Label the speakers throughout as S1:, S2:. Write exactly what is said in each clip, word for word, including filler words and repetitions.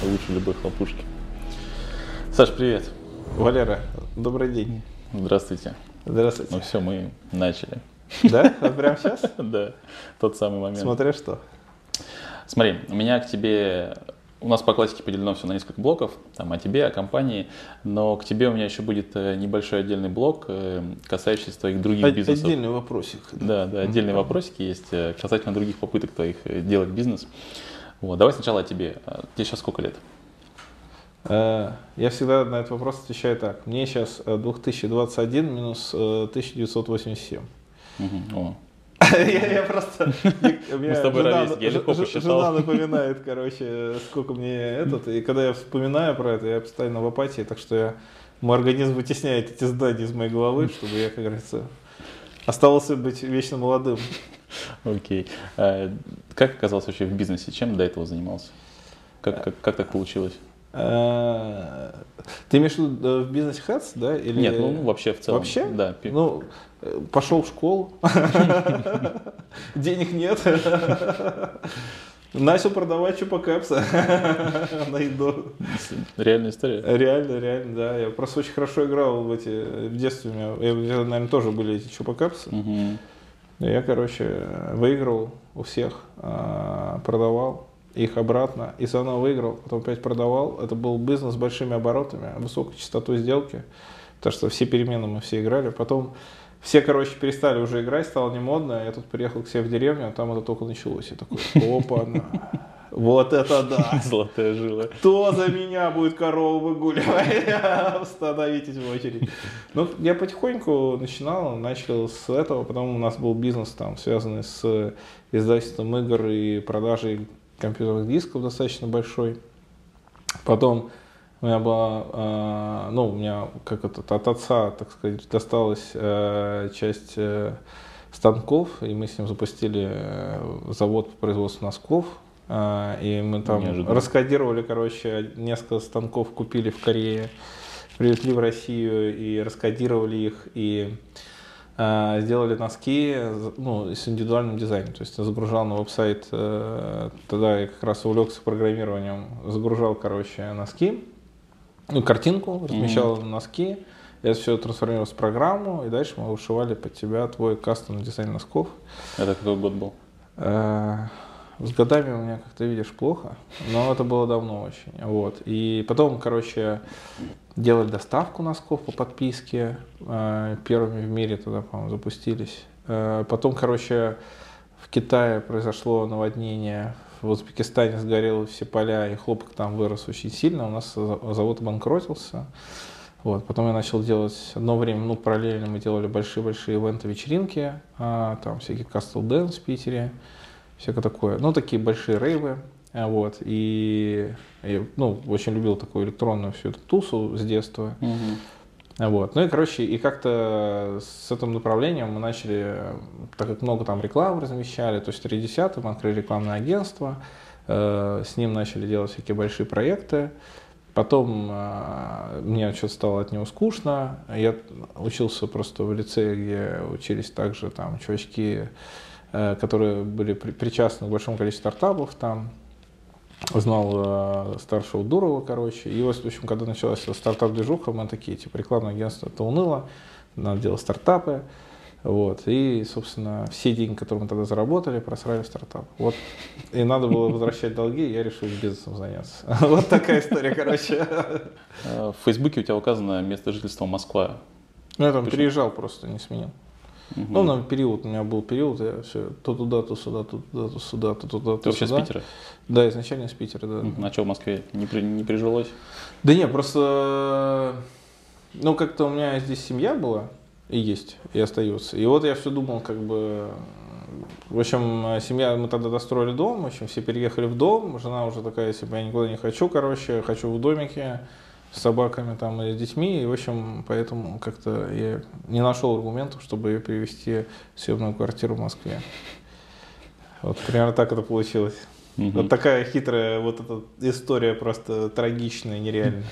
S1: лучше любой хлопушки. Саш, привет.
S2: Валера, добрый день.
S1: Здравствуйте.
S2: Здравствуйте.
S1: Ну все, мы начали.
S2: Да? Вот прямо сейчас?
S1: Да, тот самый момент.
S2: Смотря что.
S1: Смотри, у меня к тебе, у нас по классике поделено все на несколько блоков, там о тебе, о компании, но к тебе у меня еще будет небольшой отдельный блок, касающийся твоих других
S2: От,
S1: бизнесов.
S2: Отдельный вопросик.
S1: Да, да, отдельные вопросики есть касательно других попыток твоих делать бизнес. Вот, давай сначала о тебе. Тебе сейчас сколько лет?
S2: Я всегда на этот вопрос отвечаю так. Мне сейчас две тысячи двадцать один минус тысяча девятьсот восемьдесят семь.
S1: Угу. О.
S2: Я, я просто...
S1: Мы с тобой ровесники, я легко посчитал.
S2: Жена напоминает, короче, сколько мне этот. И когда я вспоминаю про это, я постоянно в апатии, так что я, мой организм вытесняет эти здания из моей головы, чтобы я, как говорится, оставался быть вечно молодым.
S1: Окей. А как оказался вообще в бизнесе? Чем до этого занимался? Как, как, как так получилось?
S2: Ты имеешь в виду в бизнесе Hats, да? Или...
S1: Нет, ну вообще в целом.
S2: Вообще?
S1: Да.
S2: Ну, пошел в школу, денег нет, начал продавать чупа-капсы на еду.
S1: Реальная история?
S2: Реально, реально, да. Я просто очень хорошо играл в эти, в детстве у меня, наверное, тоже были эти чупа-капсы.
S1: Угу.
S2: Я, короче, выиграл у всех, продавал их обратно и заново выиграл, потом опять продавал. Это был бизнес с большими оборотами, высокой частотой сделки, потому что все перемены мы все играли. Потом все, короче, перестали уже играть, стало не модно. Я тут приехал к себе в деревню, а там это только началось. Я такой, опа, вот это да!
S1: Золотая жила.
S2: Кто за меня будет корову выгуливать? Становитесь в очередь. Ну, я потихоньку начинал, начал с этого. Потом у нас был бизнес там, связанный с издательством игр и продажей компьютерных дисков достаточно большой. Потом у меня была, э, ну, у меня как это, от отца, так сказать, досталась э, часть э, станков, и мы с ним запустили э, завод по производству носков. Э, и мы там Неожиданно. раскодировали, короче, несколько станков купили в Корее, привезли в Россию и раскодировали их, и э, сделали носки, ну, с индивидуальным дизайном. То есть я загружал на веб-сайт, э, тогда я как раз увлекся программированием, загружал, короче, носки, ну, картинку, размещал mm-hmm. носки, это все трансформировалось в программу, и дальше мы вышивали под тебя твой кастомный дизайн носков.
S1: Это какой год был?
S2: С годами у меня, как ты видишь, плохо, но это было давно очень. Вот. И потом, короче, делали доставку носков по подписке, первыми в мире тогда, по-моему, запустились. Потом, короче, в Китае произошло наводнение, в Узбекистане сгорели все поля, и хлопок там вырос очень сильно, у нас завод обанкротился. Вот. Потом я начал делать, одно время, ну, параллельно мы делали большие-большие ивенты, вечеринки, а, там всякие Castle Dance в Питере, всякое такое, ну, такие большие рейвы. Вот. И я, ну, очень любил такую электронную всю эту тусу с детства.
S1: Угу.
S2: Вот. Ну и, короче, и как-то с этим направлением мы начали, так как много там рекламы размещали, то есть в тридцатом мы открыли рекламное агентство, э, с ним начали делать всякие большие проекты. Потом э, мне что-то стало от него скучно. Я учился просто в лицее, где учились также там чувачки, э, которые были при, причастны к большому количеству стартапов там. Узнал э, старшего Дурова, короче. И вот, в общем, когда началась стартап-движуха, мы такие, типа, рекламное агентство это уныло, надо делать стартапы. Вот. И, собственно, все деньги, которые мы тогда заработали, просрали в стартап. Вот. И надо было возвращать долги, и я решил бизнесом заняться. Вот такая история, короче.
S1: В Фейсбуке у тебя указано место жительства Москва.
S2: Ну, я там переезжал просто, не сменил. Угу. Ну, на период, у меня был период, я все то туда, то сюда, то туда, то сюда, то туда, то
S1: Ты
S2: сюда.
S1: вообще из Питера?
S2: Да, изначально из Питера, да.
S1: Угу. А что в Москве не, при, не прижилось?
S2: Да нет, просто, ну, как-то у меня здесь семья была, и есть, и остается. И вот я все думал, как бы, в общем, семья, мы тогда достроили дом, в общем, все переехали в дом, жена уже такая, если я никуда не хочу, короче, хочу в домике, с собаками там и с детьми, и, в общем, поэтому как-то я не нашел аргументов, чтобы ее перевести в съемную квартиру в Москве. Вот примерно так это получилось. Mm-hmm. Вот такая хитрая вот эта история, просто трагичная, нереальная.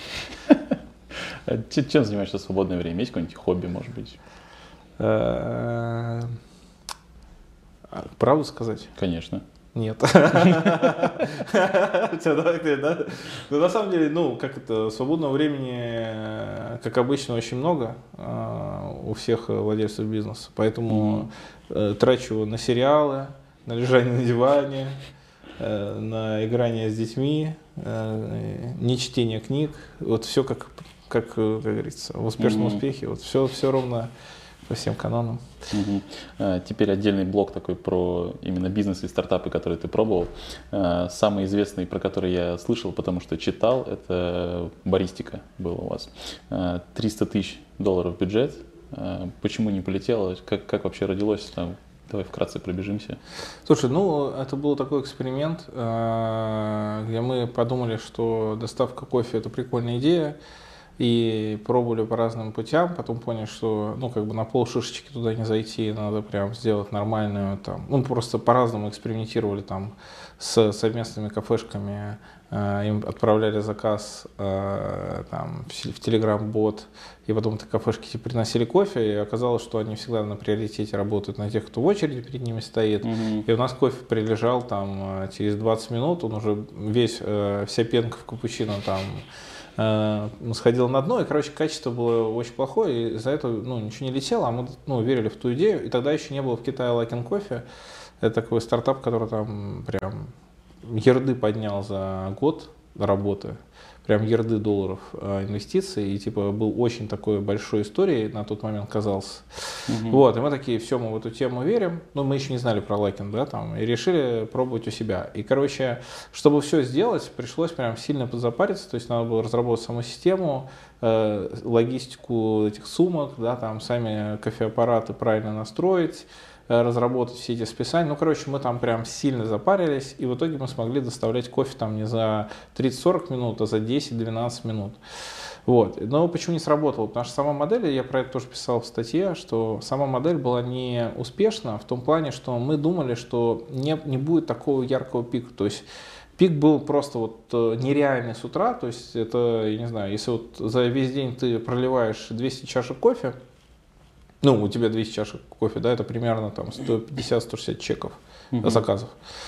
S1: Чем занимаешься в свободное время? Есть какое-нибудь хобби, может быть?
S2: Правду сказать?
S1: Конечно.
S2: Нет. Ну, на самом деле, ну, как это, свободного времени, как обычно, очень много у всех владельцев бизнеса. Поэтому трачу его на сериалы, на лежание на диване, на играние с детьми, не чтение книг. Вот все как, как, как говорится, в успешном успехе. Вот все, все ровно по всем канонам.
S1: Угу. А, теперь отдельный блок такой про именно бизнес и стартапы, которые ты пробовал. А, самый известный, про который я слышал, потому что читал, это Баристика был у вас. А, триста тысяч долларов бюджет. А, почему не полетело? Как, как вообще родилось? Там, давай вкратце пробежимся.
S2: Слушай, ну это был такой эксперимент, где мы подумали, что доставка кофе – это прикольная идея. И пробовали по разным путям, потом поняли, что ну, как бы на полшишечки туда не зайти, надо прям сделать нормальную там. Ну, просто по-разному экспериментировали там с совместными кафешками, э, им отправляли заказ э, там, в, в Telegram-бот, и потом эти кафешки типа, приносили кофе, и оказалось, что они всегда на приоритете работают на тех, кто в очереди перед ними стоит. Mm-hmm. И у нас кофе прилежал там через двадцать минут, он уже весь, э, вся пенка в капучино там сходил на дно, и, короче, качество было очень плохое, и из-за этого ну, ничего не летело, а мы ну, верили в ту идею, и тогда еще не было в Китае Luckin Coffee, это такой стартап, который там прям ерды поднял за год работы, прям ерды долларов э, инвестиций, и типа был очень такой большой историей на тот момент казался. Mm-hmm. Вот, и мы такие, все, мы в эту тему верим, но мы еще не знали про Luckin, да, там, и решили пробовать у себя. И, короче, чтобы все сделать, пришлось прям сильно позапариться, то есть надо было разработать саму систему, э, логистику этих сумок, да, там, сами кофеаппараты правильно настроить, разработать все эти списания. Ну, короче, мы там прям сильно запарились, и в итоге мы смогли доставлять кофе там не за тридцать-сорок минут, а за десять-двенадцать минут. Вот. Но почему не сработало? Потому что сама модель, я про это тоже писал в статье, что сама модель была не успешна в том плане, что мы думали, что не, не будет такого яркого пика. То есть пик был просто вот нереальный с утра, то есть это, я не знаю, если вот за весь день ты проливаешь двести чашек кофе, ну, у тебя двести чашек кофе, да, это примерно там сто пятьдесят - сто шестьдесят чеков uh-huh. заказов,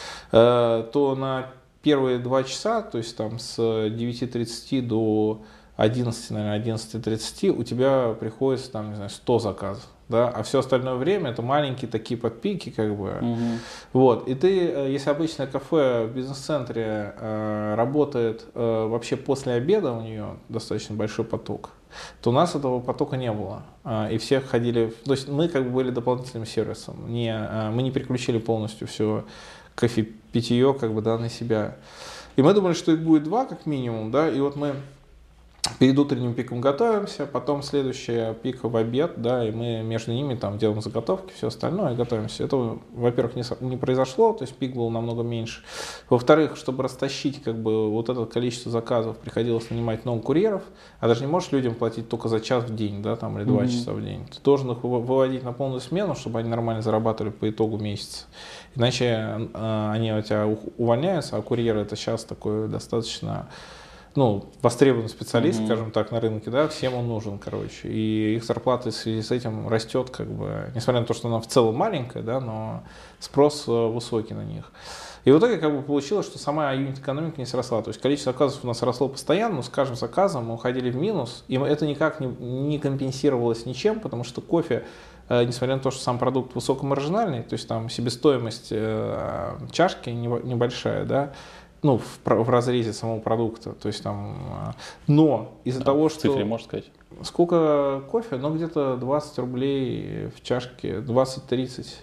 S2: э, то на первые два часа, то есть там с девяти тридцати до одиннадцати, наверное, одиннадцати тридцати у тебя приходится там, не знаю, сто заказов, да, а все остальное время это маленькие такие подпики, как бы, uh-huh. вот, и ты, если обычное кафе в бизнес-центре э, работает э, вообще после обеда, у нее достаточно большой поток, то у нас этого потока не было. И все ходили... То есть мы как бы были дополнительным сервисом. Не, мы не переключили полностью все кофе-питье как бы, да, на себя. И мы думали, что их будет два как минимум. Да? И вот мы перед утренним пиком готовимся, потом следующая пик в обед, да, и мы между ними там делаем заготовки, все остальное, и готовимся. Это, во-первых, не, не произошло, то есть пик был намного меньше. Во-вторых, чтобы растащить как бы вот это количество заказов, приходилось нанимать много курьеров, а даже не можешь людям платить только за час в день, да, там, или два mm-hmm. часа в день. Ты должен их выводить на полную смену, чтобы они нормально зарабатывали по итогу месяца. Иначе э, они у тебя увольняются, а курьеры это сейчас такой достаточно... ну, востребованный специалист, mm-hmm. скажем так, на рынке, да, всем он нужен, короче, и их зарплата в связи с этим растет, как бы, несмотря на то, что она в целом маленькая, да, но спрос высокий на них. И в итоге, как бы, получилось, что сама юнит-экономика не сросла, то есть количество заказов у нас росло постоянно, но с каждым заказом мы уходили в минус, и это никак не, не компенсировалось ничем, потому что кофе, э, несмотря на то, что сам продукт высокомаржинальный, то есть там себестоимость э, чашки небольшая, да, ну, в, в разрезе самого продукта, то есть там, но из-за а того, что...
S1: Цифре можешь сказать?
S2: Сколько кофе? Ну, где-то двадцать рублей в чашке, двадцать-тридцать.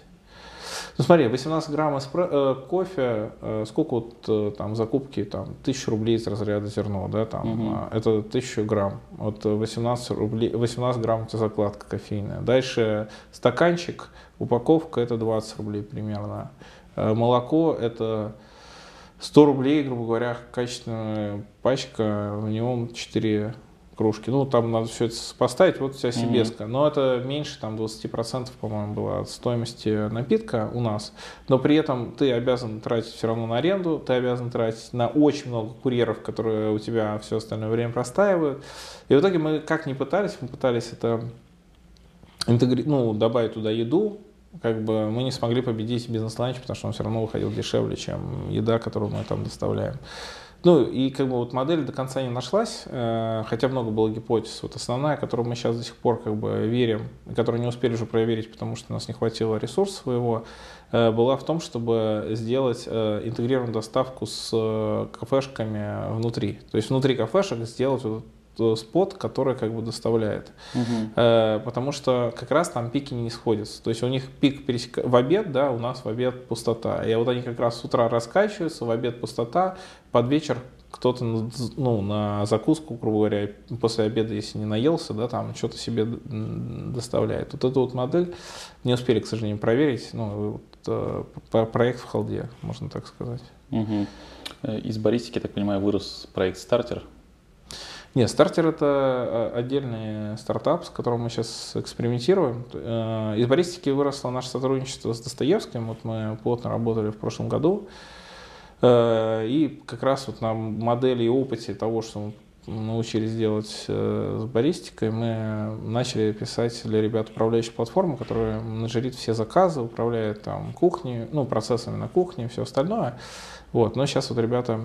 S2: Ну, смотри, восемнадцать грамм эспре... э, кофе, э, сколько вот э, там закупки, там, тысяча рублей из разряда зерно, да, там, угу. э, это тысяча грамм, вот восемнадцать рублей, восемнадцать грамм это закладка кофейная. Дальше стаканчик, упаковка, это двадцать рублей примерно. Э, молоко, это... сто рублей, грубо говоря, качественная пачка, в нем четыре кружки. Ну, там надо все это поставить, вот у тебя сибеска. Mm-hmm. Но это меньше, там, двадцать процентов, по-моему, было от стоимости напитка у нас. Но при этом ты обязан тратить все равно на аренду, ты обязан тратить на очень много курьеров, которые у тебя все остальное время простаивают. И в итоге мы как ни пытались, мы пытались это интегри... ну, добавить туда еду, как бы мы не смогли победить бизнес-ланч, потому что он все равно выходил дешевле, чем еда, которую мы там доставляем. Ну и как бы вот модель до конца не нашлась, э, хотя много было гипотез. Вот основная, которую мы сейчас до сих пор как бы верим, и которую не успели уже проверить, потому что у нас не хватило ресурса своего, э, была в том, чтобы сделать э, интегрированную доставку с э, кафешками внутри. То есть внутри кафешек сделать вот спот, который как бы доставляет.
S1: Угу.
S2: Э, потому что как раз там пики не сходятся. То есть у них пик пересека... в обед, да, у нас в обед пустота. И вот они как раз с утра раскачиваются, в обед пустота, под вечер кто-то ну, на закуску, грубо говоря, после обеда, если не наелся, да, там что-то себе доставляет. Вот эту вот модель не успели, к сожалению, проверить. Ну, вот, э, проект в халде, можно так сказать.
S1: Угу. Из баристики, я так понимаю, вырос проект «Стартер».
S2: Нет, «Стартер» — это отдельный стартап, с которым мы сейчас экспериментируем. Из баристики выросло наше сотрудничество с Достоевским. Вот мы плотно работали в прошлом году. И как раз вот на модели и опыте того, что мы научились делать с баристикой, мы начали писать для ребят управляющую платформу, которая менеджерит все заказы, управляет там кухней, ну, процессами на кухне и все остальное. Вот. Но сейчас вот ребята...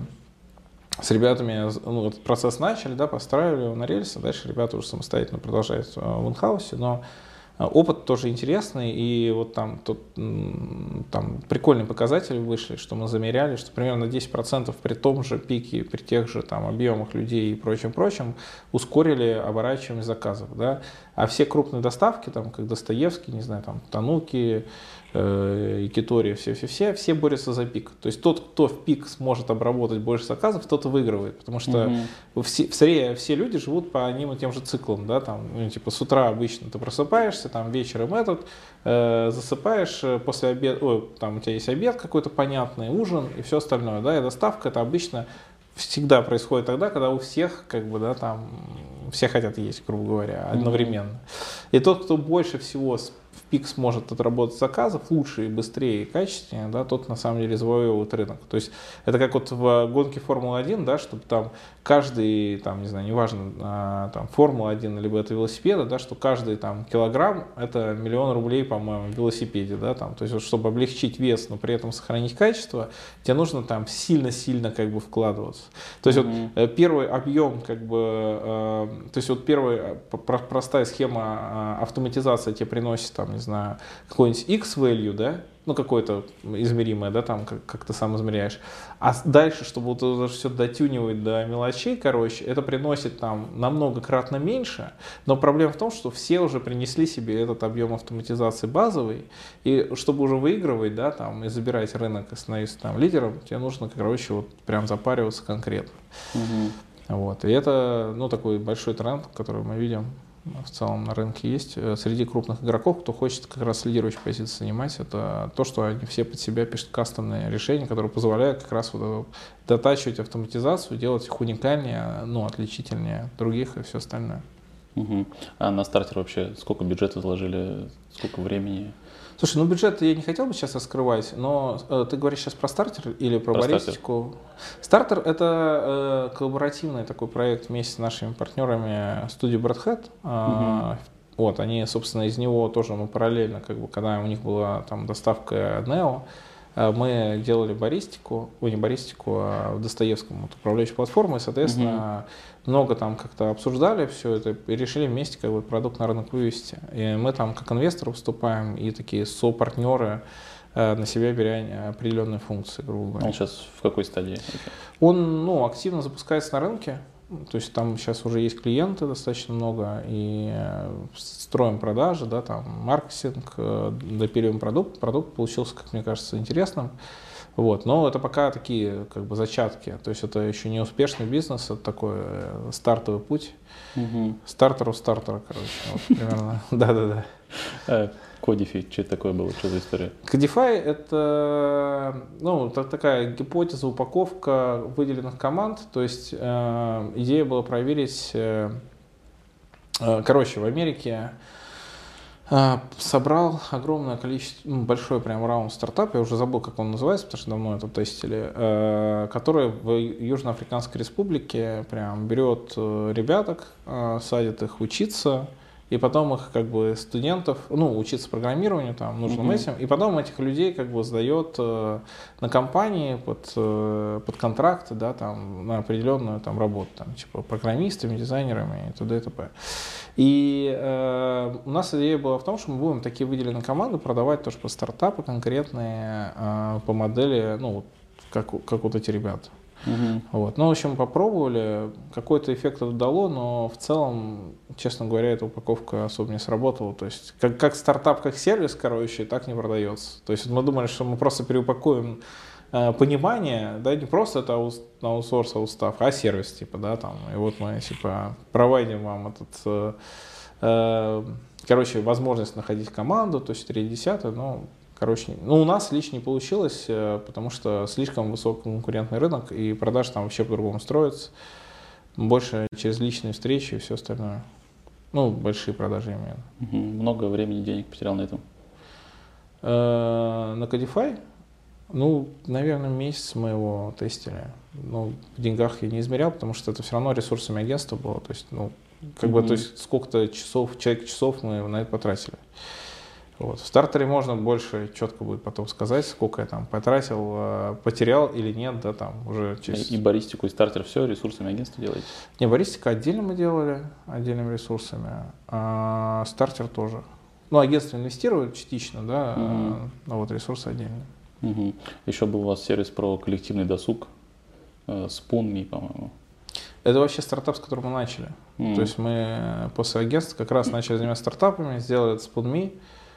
S2: С ребятами ну, этот процесс начали, да, построили его на рельсы, дальше ребята уже самостоятельно продолжают в инхаусе, но опыт тоже интересный, и вот там, тут, там прикольные показатели вышли, что мы замеряли, что примерно десять процентов при том же пике, при тех же там объемах людей и прочем-прочем ускорили оборачиваемость заказов, да, а все крупные доставки, там, как Достоевский, не знаю, там, Тануки, Якитория, все-все-все, все борются за пик. То есть тот, кто в пик сможет обработать больше заказов, тот и выигрывает. Потому что mm-hmm. все, все, все люди живут по одним и тем же циклам. Да, там, ну, типа с утра обычно ты просыпаешься, там, вечером этот, э, засыпаешь, после обеда, ой, там у тебя есть обед какой-то понятный, ужин и все остальное. Да, и доставка это обычно всегда происходит тогда, когда у всех, как бы, да, там, все хотят есть, грубо говоря, одновременно. Mm-hmm. И тот, кто больше всего в пик сможет отработать заказов лучше и быстрее и качественнее, да, тот на самом деле завоевывает рынок. То есть это как вот в гонке Формулы один, да, чтобы там каждый, там, не знаю, неважно, а, там, Формула один, либо это велосипеды, да, что каждый там килограмм это миллион рублей, по-моему, в велосипеде, да, там, то есть вот, чтобы облегчить вес, но при этом сохранить качество, тебе нужно там сильно-сильно как бы вкладываться. То есть mm-hmm. вот первый объем, как бы, э, то есть вот первая простая схема автоматизации тебе приносит там, не знаю, какой-нибудь X-value, да, ну, какое-то измеримое, да, там, как, как ты сам измеряешь. А дальше, чтобы вот это все дотюнивать до мелочей, короче, это приносит там намного кратно меньше, но проблема в том, что все уже принесли себе этот объем автоматизации базовый, и чтобы уже выигрывать, да, там, и забирать рынок, и становиться там лидером, тебе нужно, короче, вот прям запариваться конкретно. Угу. Вот, и это, ну, такой большой тренд, который мы видим. В целом на рынке есть. Среди крупных игроков, кто хочет как раз лидирующую позицию занимать, это то, что они все под себя пишут кастомные решения, которые позволяют как раз вот дотачивать автоматизацию, делать их уникальнее, ну, отличительнее других и все остальное.
S1: Угу. А на стартер вообще сколько бюджета заложили, сколько времени?
S2: Слушай, ну бюджет я не хотел бы сейчас раскрывать, но э, ты говоришь сейчас про стартер или про, про баристику? Стартер, стартер это э, коллаборативный такой проект вместе с нашими партнерами студии Breadhead. Э, угу. Вот, они, собственно, из него тоже мы параллельно, как бы, когда у них была там доставка Neo, э, мы делали баристику, ой, не баристику, а в Достоевском вот, управляющую платформу, и, соответственно, угу. много там как-то обсуждали все это и решили вместе как бы продукт на рынок вывести. И мы там как инвесторы выступаем и такие сопартнеры, э, на себя беря определенные функции, грубо говоря.
S1: Он сейчас в какой стадии?
S2: Он, ну, активно запускается на рынке. То есть там сейчас уже есть клиенты достаточно много, и строим продажи, да, там маркетинг, допиливаем продукт. Продукт получился, как мне кажется, интересным. Вот. Но это пока такие как бы зачатки. То есть это еще не успешный бизнес, это такой стартовый путь. Угу. Стартер у стартера, короче. Вот, примерно. Да-да-да.
S1: Codify, что это такое было, что за история?
S2: Codify — это, ну, такая гипотеза, упаковка выделенных команд. То есть э, идея была проверить, э, э, короче, в Америке э, собрал огромное количество, ну, большой прям раунд стартап, я уже забыл, как он называется, потому что давно это тестили, э, который в Южноафриканской республике прям берет ребяток, э, садит их учиться, и потом их как бы студентов, ну, учиться программированию там, нужным mm-hmm. этим, и потом этих людей как бы сдает э, на компании под, э, под контракт, да, там, на определенную там работу, там, типа программистами, дизайнерами и т.д. и т.п. И э, у нас идея была в том, что мы будем такие выделенные команды продавать тоже по стартапы конкретные, э, по модели, ну, как, как вот эти ребята. Uh-huh. Вот. Ну, в общем, попробовали, какой-то эффект это дало, но в целом, честно говоря, эта упаковка особо не сработала. То есть, как, как стартап, как сервис, короче, так не продается. То есть, мы думали, что мы просто переупакуем э, понимание, да, не просто это аус, аутсорс, аутстаф, а сервис, типа, да, там. И вот мы, типа, провайдим вам этот, э, э, короче, возможность находить команду, то есть, три десятых, но... Короче, ну у нас лично не получилось, потому что слишком высокий конкурентный рынок, и продажи там вообще по-другому строятся. Больше через личные встречи и все остальное. Ну, большие продажи именно.
S1: Угу. Много времени, денег потерял на этом?
S2: На Codify? Ну, наверное, месяц мы его тестили. Ну, в деньгах я не измерял, потому что это все равно ресурсами агентства было. То есть, ну, как угу. бы, то есть сколько-то часов, человек часов мы на это потратили. Вот. В стартере можно больше четко будет потом сказать, сколько я там потратил, потерял или нет, да, там уже через...
S1: И баристику, и стартер все ресурсами агентства делаете?
S2: Не, баристика отдельно мы делали, отдельными ресурсами, а стартер тоже. Ну, агентство инвестирует частично, да, угу. а вот ресурсы отдельно.
S1: Угу. Еще был у вас сервис про коллективный досуг, SpoonMe, по-моему.
S2: Это вообще стартап, с которым мы начали. Mm. То есть мы после агентства как раз начали заниматься стартапами, сделали этот SpoonMe,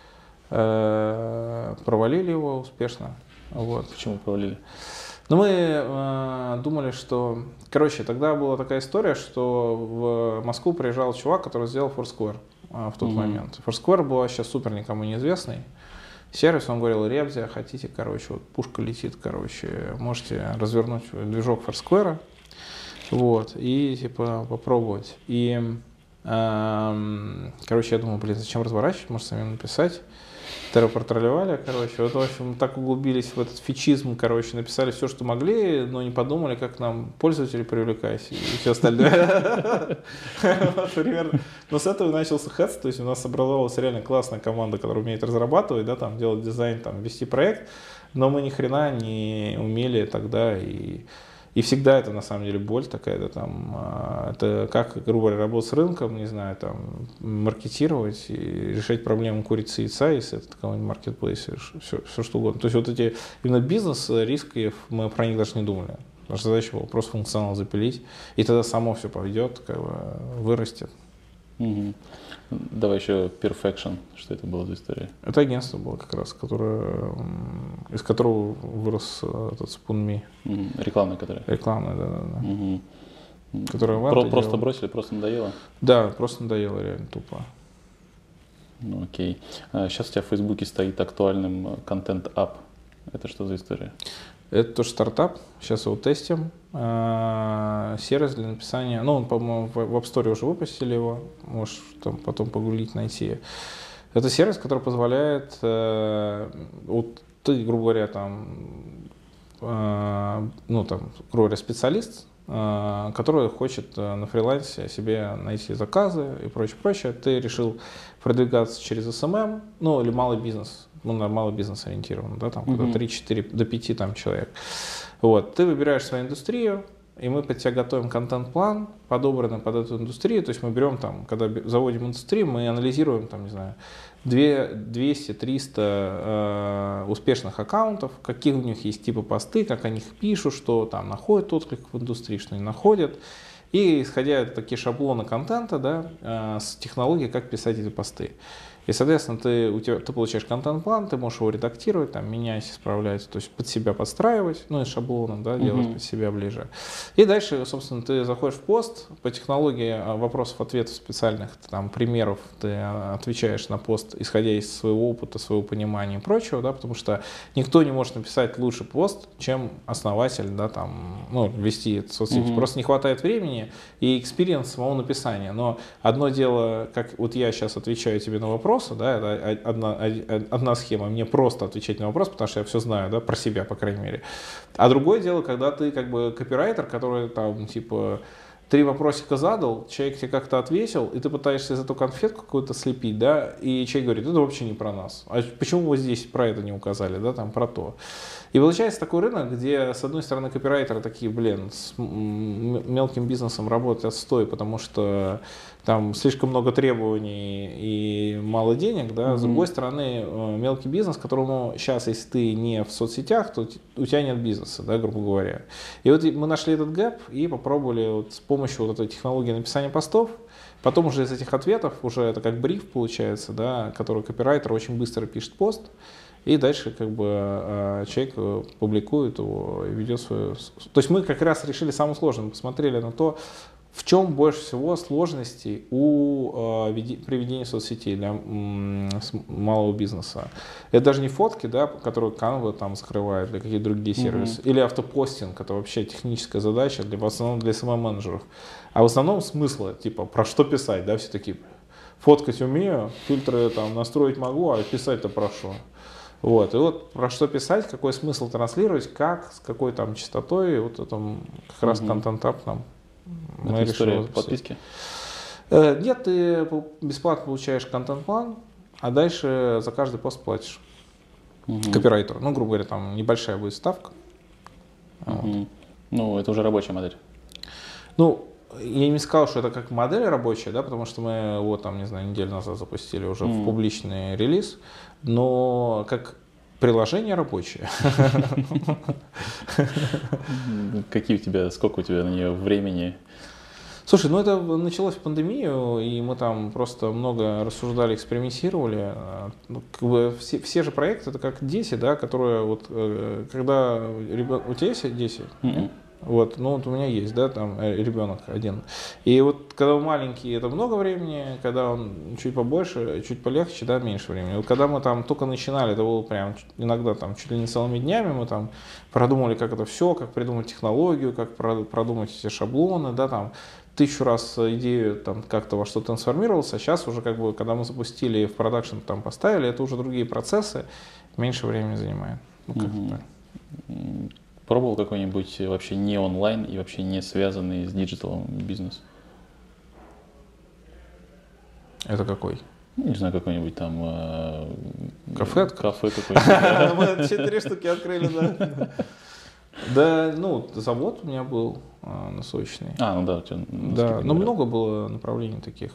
S2: провалили его успешно. Вот.
S1: Почему провалили?
S2: Ну, мы э, думали, что... Короче, тогда была такая история, что в Москву приезжал чувак, который сделал Foursquare э, в тот mm-hmm. момент. Foursquare был вообще супер никому неизвестный сервис. Он говорил: ребята, хотите, короче, вот пушка летит, короче, можете развернуть движок Foursquare, вот, и типа попробовать. И, э, короче, я думал, блин, зачем разворачивать, может самим написать. Терропротролливали, короче, вот, в общем, так углубились в этот фичизм, короче, написали все, что могли, но не подумали, как нам пользователей привлекать и все остальное. Примерно. Но с этого начался Heads, то есть у нас образовалась реально классная команда, которая умеет разрабатывать, да, там, делать дизайн, там, вести проект, но мы ни хрена не умели тогда, и И всегда это на самом деле боль такая, да, там, это как, грубо говоря, работать с рынком, не знаю, там, маркетировать и решать проблему курицы и яйца, если это какой-нибудь маркетплейс, все, все что угодно. То есть вот эти именно бизнес, риски, мы про них даже не думали. Наша задача была просто функционал запилить, и тогда само все пойдет, как бы вырастет.
S1: Угу. Давай еще Perfection, что это было за история?
S2: Это агентство было как раз, которое, из которого вырос этот SpoonMe.
S1: Угу. Рекламная, которая?
S2: Рекламная, да-да-да.
S1: Угу.
S2: Которая
S1: Про, просто делала. Бросили, просто надоело?
S2: Да, просто надоело, реально тупо.
S1: Ну окей. А сейчас у тебя в Фейсбуке стоит актуальным контент-ап. Это что за история?
S2: Это тоже стартап, сейчас его тестим. Сервис для написания, ну, он, по-моему, в App Store уже выпустили его, можешь там потом погуглить, найти. Это сервис, который позволяет, вот ты, грубо говоря, там, ну, там, грубо говоря, специалист, который хочет на фрилансе себе найти заказы и прочее, прочее. Ты решил продвигаться через эс эм эм, ну, или малый бизнес. Ну, на малый бизнес ориентирован, да, там, uh-huh. три-четыре до пяти там человек. Вот, ты выбираешь свою индустрию, и мы под тебя готовим контент-план, подобранный под эту индустрию. То есть мы берем там, когда заводим индустрию, мы анализируем там, не знаю, двести-триста э, успешных аккаунтов, какие у них есть типы посты, как они их пишут, что там находят отклик в индустрии, что не находят. И исходя из такие шаблоны контента, да, э, с технологией, как писать эти посты. И, соответственно, ты, у тебя, ты получаешь контент-план, ты можешь его редактировать, там, менять, исправлять, то есть под себя подстраивать, ну и шаблоном, да, делать uh-huh. под себя ближе. И дальше, собственно, ты заходишь в пост, по технологии вопросов-ответов специальных, там, примеров, ты отвечаешь на пост, исходя из своего опыта, своего понимания и прочего, да, потому что никто не может написать лучше пост, чем основатель, да, там, ну, вести соцсети. Uh-huh. Просто не хватает времени и экспириенс самого написания. Но одно дело, как вот я сейчас отвечаю тебе на вопрос, да, это одна, одна схема, мне просто отвечать на вопрос, потому что я все знаю, да, про себя, по крайней мере. А другое дело, когда ты как бы копирайтер, который там, типа, три вопросика задал, человек тебе как-то ответил, и ты пытаешься из этого конфетку какую-то слепить, да, и человек говорит, это вообще не про нас. А почему вы здесь про это не указали, да, там, про то. И получается такой рынок, где, с одной стороны, копирайтеры такие, блин, с мелким бизнесом работать отстой, потому что там слишком много требований и мало денег, да, mm-hmm. С другой стороны, мелкий бизнес, которому сейчас, если ты не в соцсетях, то у тебя нет бизнеса, да, грубо говоря. И вот мы нашли этот гэп и попробовали вот с помощью вот этой технологии написания постов, потом уже из этих ответов, уже это как бриф получается, да, который копирайтер очень быстро пишет пост, и дальше как бы человек публикует его и ведет свою... То есть мы как раз решили самое сложное, мы посмотрели на то, в чем больше всего сложностей у э, приведения соцсетей для м, малого бизнеса. Это даже не фотки, да, которые Canva там закрывает, или какие-то другие сервисы, mm-hmm. или автопостинг, это вообще техническая задача для, в основном для эс эм эм-менеджеров. А в основном смысла, типа, про что писать, да, все такие, фоткать умею, фильтры там настроить могу, а писать-то прошу. Вот, и вот про что писать, какой смысл транслировать, как, с какой там частотой, вот это как раз mm-hmm. контент-ап нам.
S1: Это история подписки?
S2: Нет, ты бесплатно получаешь контент-план, а дальше за каждый пост платишь. Угу. Копирайтеру. Ну, грубо говоря, там небольшая будет ставка.
S1: Угу. Вот. Ну, это уже рабочая модель.
S2: Ну, я не сказал, что это как модель рабочая, да, потому что мы вот там, не знаю, неделю назад запустили уже mm. в публичный релиз, но как приложение рабочее.
S1: Какие у тебя, сколько у тебя на нее времени?
S2: Слушай, ну это началось в пандемию, и мы там просто много рассуждали, экспериментировали. Как бы все, все же проекты это как дети, да, которые вот когда ребенок, у тебя есть дети? Mm-mm. Вот, ну вот у меня есть, да, там ребенок один. И вот когда он маленький, это много времени, когда он чуть побольше, чуть полегче, да, меньше времени. Вот когда мы там только начинали, это было прям иногда там чуть ли не целыми днями, мы там продумали, как это все, как придумать технологию, как продумать эти шаблоны, да, там тысячу раз идею там как-то во что трансформировался. А сейчас уже как бы, когда мы запустили в продакшн, там поставили, это уже другие процессы, меньше времени занимает. Ну, как
S1: угу. Пробовал какой-нибудь вообще не онлайн и вообще не связанный с диджиталом бизнес?
S2: Это какой?
S1: Не знаю, какой-нибудь там... Э,
S2: кафе?
S1: Кафе какой-нибудь.
S2: Мы четыре штуки открыли, да. Да, ну, завод у меня был насущный.
S1: А, ну да, у тебя...
S2: Да, но много было направлений таких.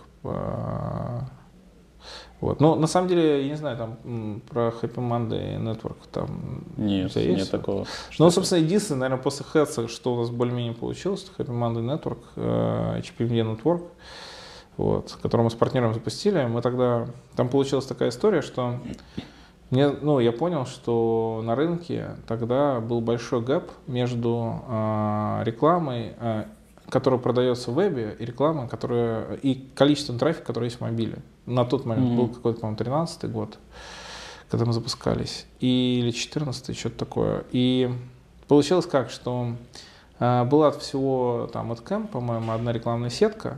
S2: Вот. Но на самом деле, я не знаю, там про Happy Monday Network там
S1: нет,
S2: нет
S1: есть? Такого.
S2: Ну, собственно, единственное, наверное, после Heads, что у нас более-менее получилось, это Happy Monday Network, эйч пи эм ди Network, вот, который мы с партнером запустили. Мы тогда, там получилась такая история, что мне, ну, я понял, что на рынке тогда был большой гэп между э, рекламой, э, которая продается в вебе, и рекламой, которая, и количеством трафика, который есть в мобиле. На тот момент mm-hmm. был какой-то, по-моему, тринадцатый год, когда мы запускались, и, или четырнадцатый, что-то такое. И получилось как, что э, была от всего, там, от Кэм, по-моему, одна рекламная сетка,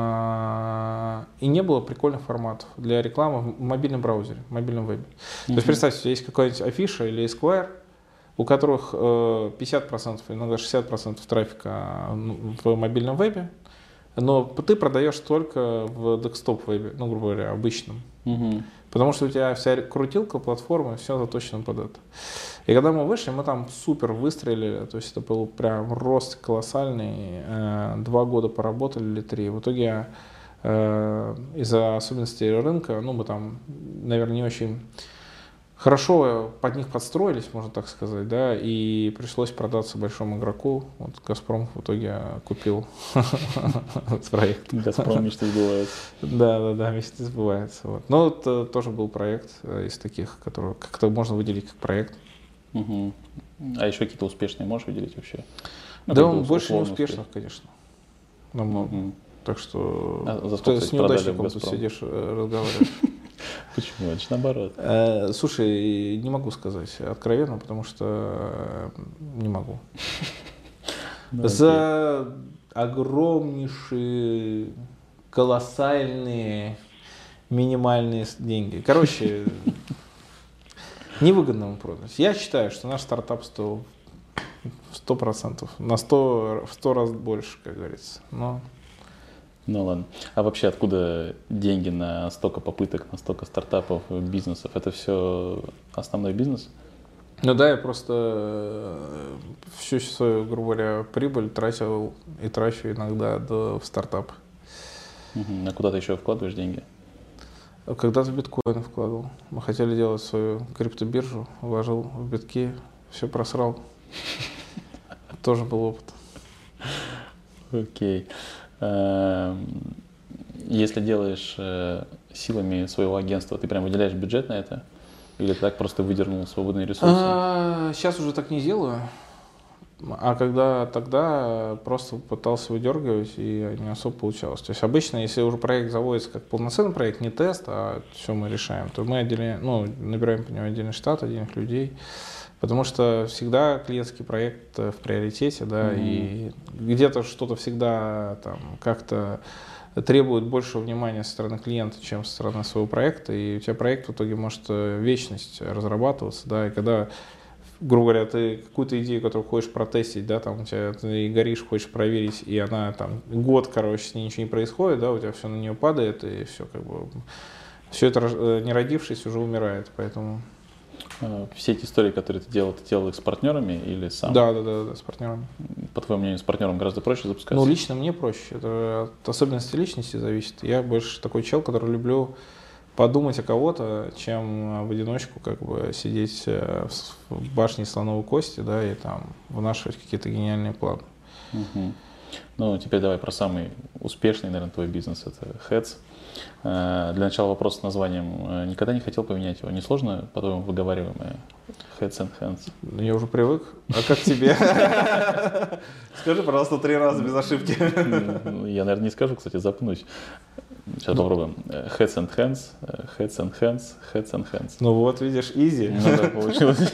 S2: э, и не было прикольных форматов для рекламы в мобильном браузере, в мобильном вебе. Mm-hmm. То есть, представьте, есть какая-нибудь афиша или Esquire, у которых э, пятьдесят процентов, иногда шестьдесят процентов трафика в мобильном вебе, но ты продаешь только в десктоп-вебе, ну, грубо говоря, обычном. Угу. Потому что у тебя вся крутилка, платформа, все заточено под это. И когда мы вышли, мы там супер выстрелили, то есть это был прям рост колоссальный, э, два года поработали или три. В итоге э, из-за особенностей рынка, ну, мы там, наверное, не очень... Хорошо под них подстроились, можно так сказать, да, и пришлось продаться большому игроку. Вот Газпром в итоге купил проект.
S1: Газпром мечты сбывается.
S2: Да, да, да, мечты сбываются. Вот. Но это тоже был проект из таких, который как-то можно выделить как проект.
S1: Угу. А еще какие-то успешные можешь выделить вообще?
S2: Ну, да, он больше неуспешных, конечно. Намного. Угу. Так что
S1: а за сколько
S2: ты с неудачником тут сидишь, разговариваешь.
S1: Почему? Это же наоборот.
S2: Э, слушай, не могу сказать откровенно, потому что не могу. Ну, за огромнейшие, колоссальные, минимальные деньги. Короче, невыгодно ему продать. Я считаю, что наш стартап стоил Сто процентов. На сто, в сто раз больше, как говорится. Но...
S1: Ну ладно. А вообще откуда деньги на столько попыток, на столько стартапов, бизнесов? Это все основной бизнес?
S2: Ну да, я просто всю свою, грубо говоря, прибыль тратил и трачу иногда до, в стартап.
S1: Угу. А куда ты еще вкладываешь деньги?
S2: Когда-то в биткоин вкладывал. Мы хотели делать свою криптобиржу, вложил в битки, все просрал. Тоже был опыт.
S1: Окей. Если делаешь силами своего агентства, ты прям выделяешь бюджет на это? Или ты так просто выдернул свободные ресурсы?
S2: А, сейчас уже так не делаю. А когда тогда просто пытался выдергивать, и не особо получалось. То есть обычно, если уже проект заводится как полноценный проект, не тест, а все мы решаем, то мы отделяем, ну, набираем по нему отдельный штат, отдельных людей. Потому что всегда клиентский проект в приоритете, да, mm-hmm. и где-то что-то всегда там как-то требует большего внимания со стороны клиента, чем со стороны своего проекта, и у тебя проект в итоге может вечность разрабатываться, да, и когда, грубо говоря, ты какую-то идею, которую хочешь протестить, да, там у тебя ты горишь, хочешь проверить, и она там год, короче, с ней ничего не происходит, да, у тебя все на нее падает, и все как бы, все это не родившись уже умирает, поэтому...
S1: Все эти истории, которые ты делал, ты делал их с партнерами или сам?
S2: Да, да, да, да, с партнерами.
S1: По твоему мнению, с партнером гораздо проще запускаться?
S2: Ну, лично мне проще. Это от особенностей личности зависит. Я больше такой чел, который люблю подумать о кого-то, чем в одиночку как бы сидеть в башне слоновой кости, да, и там вынашивать какие-то гениальные планы.
S1: Угу. Ну, теперь давай про самый успешный, наверное, твой бизнес. Это Heads. Для начала вопрос с названием. Никогда не хотел поменять его? Несложно, по-твоему, выговариваемое? Heads and Hands.
S2: Я уже привык. А как тебе? Скажи, пожалуйста, три раза без ошибки.
S1: Я, наверное, не скажу, кстати, запнусь. Сейчас попробуем. Heads and Hands, Heads and Hands, Heads and Hands.
S2: Ну вот, видишь, easy.
S1: Ну да, получилось.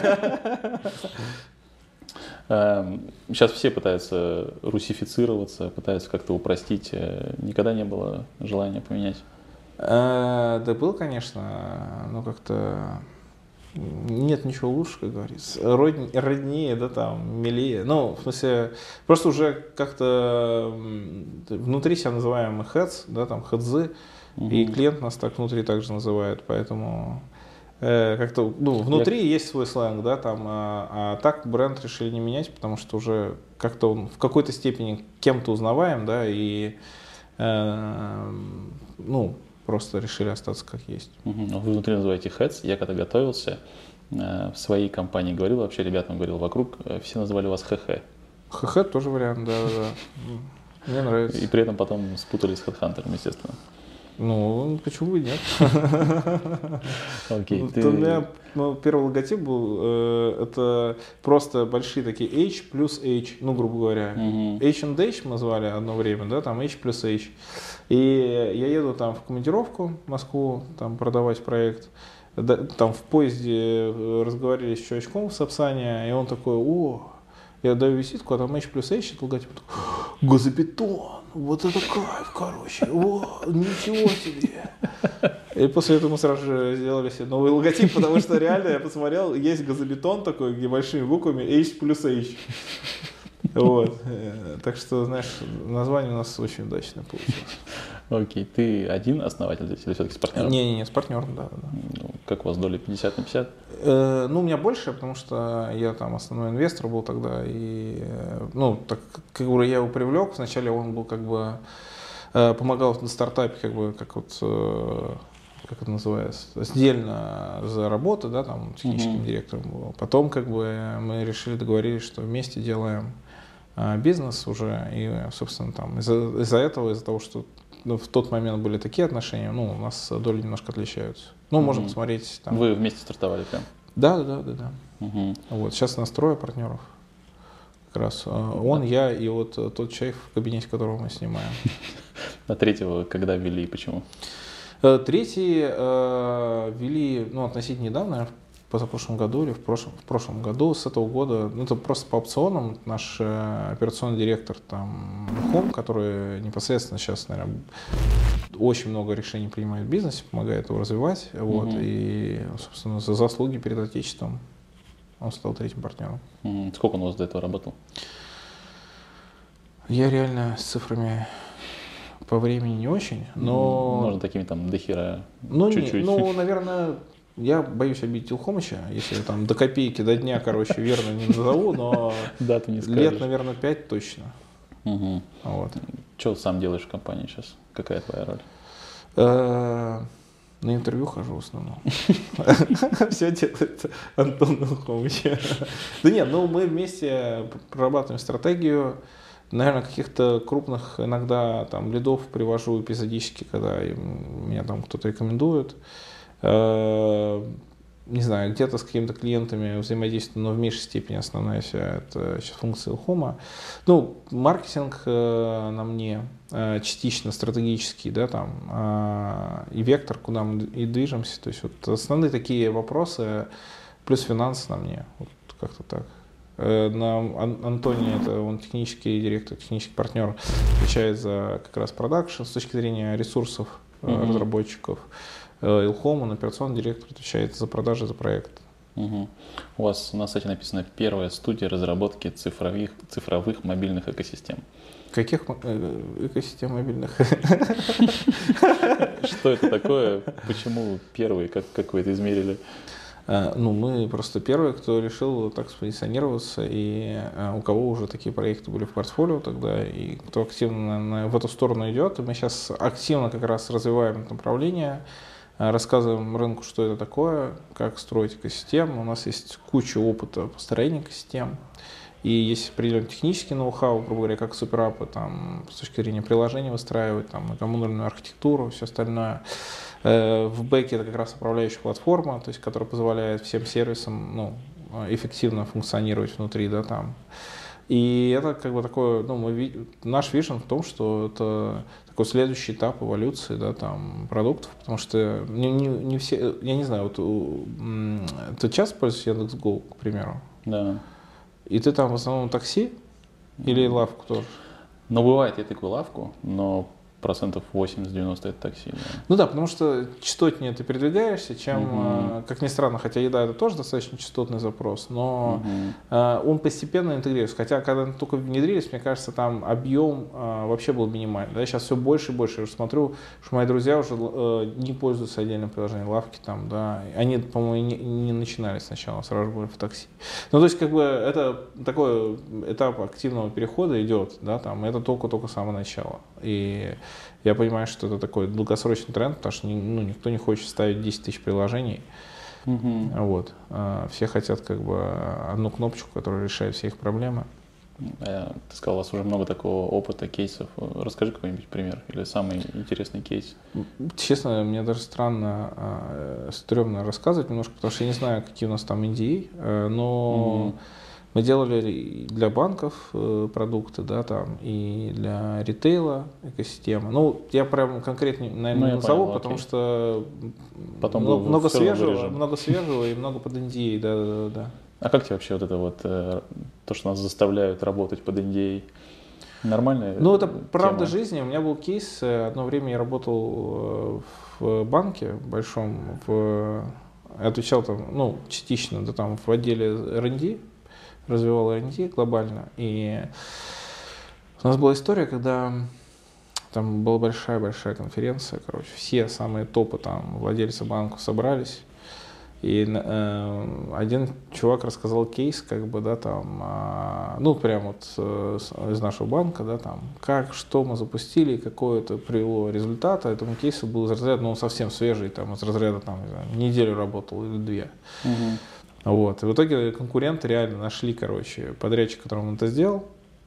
S1: Сейчас все пытаются русифицироваться, пытаются как-то упростить. Никогда не было желания поменять?
S2: Да был, конечно, но как-то нет ничего лучше, как говорится. Роднее, роднее, да, там, милее. Ну, в смысле, просто уже как-то внутри себя называем heads, да, там, хедзы, угу. И клиент нас так внутри также называет, поэтому... Как-то, ну, внутри Я... есть свой сленг, да, там, а, а так бренд решили не менять, потому что уже как-то он в какой-то степени кем-то узнаваем, да, и, э, ну, просто решили остаться как есть.
S1: Угу. Вы внутри называете Heads. Я когда готовился, э, в своей компании говорил, вообще ребятам говорил вокруг, э, все называли вас ХХ.
S2: ХХ тоже вариант, да, да. Мне нравится.
S1: И при этом потом спутали с HeadHunter, естественно.
S2: Ну, почему бы и нет?
S1: Okay,
S2: ты... У меня ну, первый логотип был, э, это просто большие такие H плюс H, ну, грубо говоря. Uh-huh. H and H мы звали одно время, да, там H плюс H. И я еду там в командировку в Москву, там продавать проект. Там в поезде разговаривали с чувачком в Сапсане, и он такой, о, я даю визитку, а там H плюс H, это логотип, газобетон. Вот это кайф, короче, о, ничего себе. И после этого мы сразу же сделали себе новый логотип, потому что реально я посмотрел, есть газобетон такой, где большими буквами H плюс H. Вот. Так что, знаешь, название у нас очень удачное получилось.
S1: Окей, ты один основатель здесь или все-таки с партнером?
S2: Не-не-не, с партнером, да. да.
S1: Ну, как у вас доля пятьдесят на пятьдесят?
S2: Э, ну, у меня больше, потому что я там основной инвестор был тогда. И, ну, так как бы я его привлек, вначале он был как бы, э, помогал на стартапе, как бы, как вот, э, как это называется, сдельно за работу, да, там, техническим uh-huh. директором был. Потом, как бы, мы решили, договорились, что вместе делаем э, бизнес уже. И, собственно, там, из-за, из-за этого, из-за того, что ну, в тот момент были такие отношения, ну, у нас доли немножко отличаются. Ну, mm-hmm. можем посмотреть. Там.
S1: Вы вместе стартовали прям?
S2: Да, да, да, да.
S1: Mm-hmm.
S2: Вот, сейчас у нас трое партнеров. Как раз он, я и вот тот человек, в кабинете которого мы снимаем.
S1: А третьего когда ввели и почему?
S2: Третий э, ввели, ну, относительно недавно, в позапрошлом году или в прошлом, в прошлом году, с этого года, ну, это просто по опционам, наш э, операционный директор там, Хом, который непосредственно сейчас, наверное, очень много решений принимает в бизнесе, помогает его развивать, вот, mm-hmm. и, собственно, за заслуги перед Отечеством он стал третьим партнером.
S1: Mm-hmm. Сколько он у вас до этого работал?
S2: Я реально с цифрами по времени не очень, но...
S1: Можно такими там до хера,
S2: ну,
S1: чуть-чуть.
S2: Не, ну, наверное, я боюсь обидеть Илхомыча, если там до копейки, до дня, короче, верно не назову, но
S1: дату не
S2: лет, наверное, пять точно.
S1: Угу.
S2: Вот.
S1: Что сам делаешь в компании сейчас? Какая твоя роль?
S2: На интервью хожу в основном. Все делает Антон Илхомыч. Да нет, ну мы вместе прорабатываем стратегию. Наверное, каких-то крупных иногда там лидов привожу эпизодически, когда меня там кто-то рекомендует. Не знаю, где-то с какими-то клиентами взаимодействую, но в меньшей степени основная вся это сейчас функция Илхома. Ну, маркетинг на мне частично стратегический, да, там, и вектор, куда мы и движемся. То есть вот основные такие вопросы, плюс финансы на мне, вот как-то так. На Антоне, это он технический директор, технический партнер, отвечает за как раз продакшн с точки зрения ресурсов mm-hmm. разработчиков. Илхом, он операционный директор, отвечает за продажи, за проект.
S1: Угу. У вас на сайте написано «Первая студия разработки цифровых, цифровых мобильных экосистем».
S2: Каких экосистем мобильных?
S1: Что это такое? Почему первые? Как, как вы это измерили?
S2: Ну, мы просто первые, кто решил так спозиционироваться, и у кого уже такие проекты были в портфолио тогда, и кто активно в эту сторону идет. И мы сейчас активно как раз развиваем это направление, рассказываем рынку, что это такое, как строить экосистему. У нас есть куча опыта построения экосистем. И есть определенный технический ноу-хау, грубо говоря, как суперапы, там, с точки зрения приложения выстраивать, там, коммунальную архитектуру, все остальное. В бэке это как раз управляющая платформа, то есть, которая позволяет всем сервисам, ну, эффективно функционировать внутри, да, там. И это как бы такое, ну, мы, наш вижен в том, что это такой следующий этап эволюции, да, там, продуктов, потому что не, не, не все, я не знаю, вот ты часто пользуешься Яндекс.Го, к примеру?
S1: Да.
S2: И ты там в основном такси или лавку тоже?
S1: Ну, бывает, я такую лавку, но процентов восемьдесят-девяносто это такси. Да.
S2: Ну да, потому что частотнее ты передвигаешься, чем,
S1: угу.
S2: как ни странно, хотя еда это тоже достаточно частотный запрос, но
S1: угу.
S2: он постепенно интегрируется. Хотя, когда мы только внедрились, мне кажется, там объем вообще был минимальный. Да? Сейчас все больше и больше. Я уже смотрю, что мои друзья уже не пользуются отдельным приложением лавки. Там, да? Они, по-моему, не, не начинали сначала, сразу были в такси. Ну, то есть, как бы, это такой этап активного перехода идет, да, там, это только-только с самого начала. И я понимаю, что это такой долгосрочный тренд, потому что ну, никто не хочет ставить десять тысяч приложений.
S1: Угу.
S2: Вот. Все хотят как бы одну кнопочку, которая решает все их проблемы.
S1: Ты сказал, у вас уже много такого опыта, кейсов. Расскажи какой-нибудь пример или самый интересный кейс.
S2: Честно, мне даже странно, стрёмно рассказывать немножко, потому что я не знаю, какие у нас там эн ди эй, но... Угу. Мы делали для банков продукты, да, там, и для ритейла экосистемы. Ну, я прям конкретно, наверное, ну, не назову, понял, потому окей. что
S1: Потом
S2: много, много свежего, много свежего и много под эн ди эй, да, да, да, да.
S1: А как тебе вообще вот это вот, то, что нас заставляют работать под эн ди эй? Нормально?
S2: Ну, это правда жизни. У меня был кейс, одно время я работал в банке большом, в, отвечал там, ну, частично, да, там, в отделе эр энд ди, развивал эр энд ди глобально. И у нас была история, когда там была большая-большая конференция, короче, все самые топы там владельцы банков собрались. И э, один чувак рассказал кейс, как бы, да, там, э, ну, прям вот э, из нашего банка, да, там, как, что мы запустили, какое это привело результат. А этому кейсу был из разряда, ну, он совсем свежий, там, из разряда, там, не знаю, неделю работал или две.
S1: Угу.
S2: Вот. И в итоге конкуренты реально нашли, короче, подрядчика, которому он это сделал.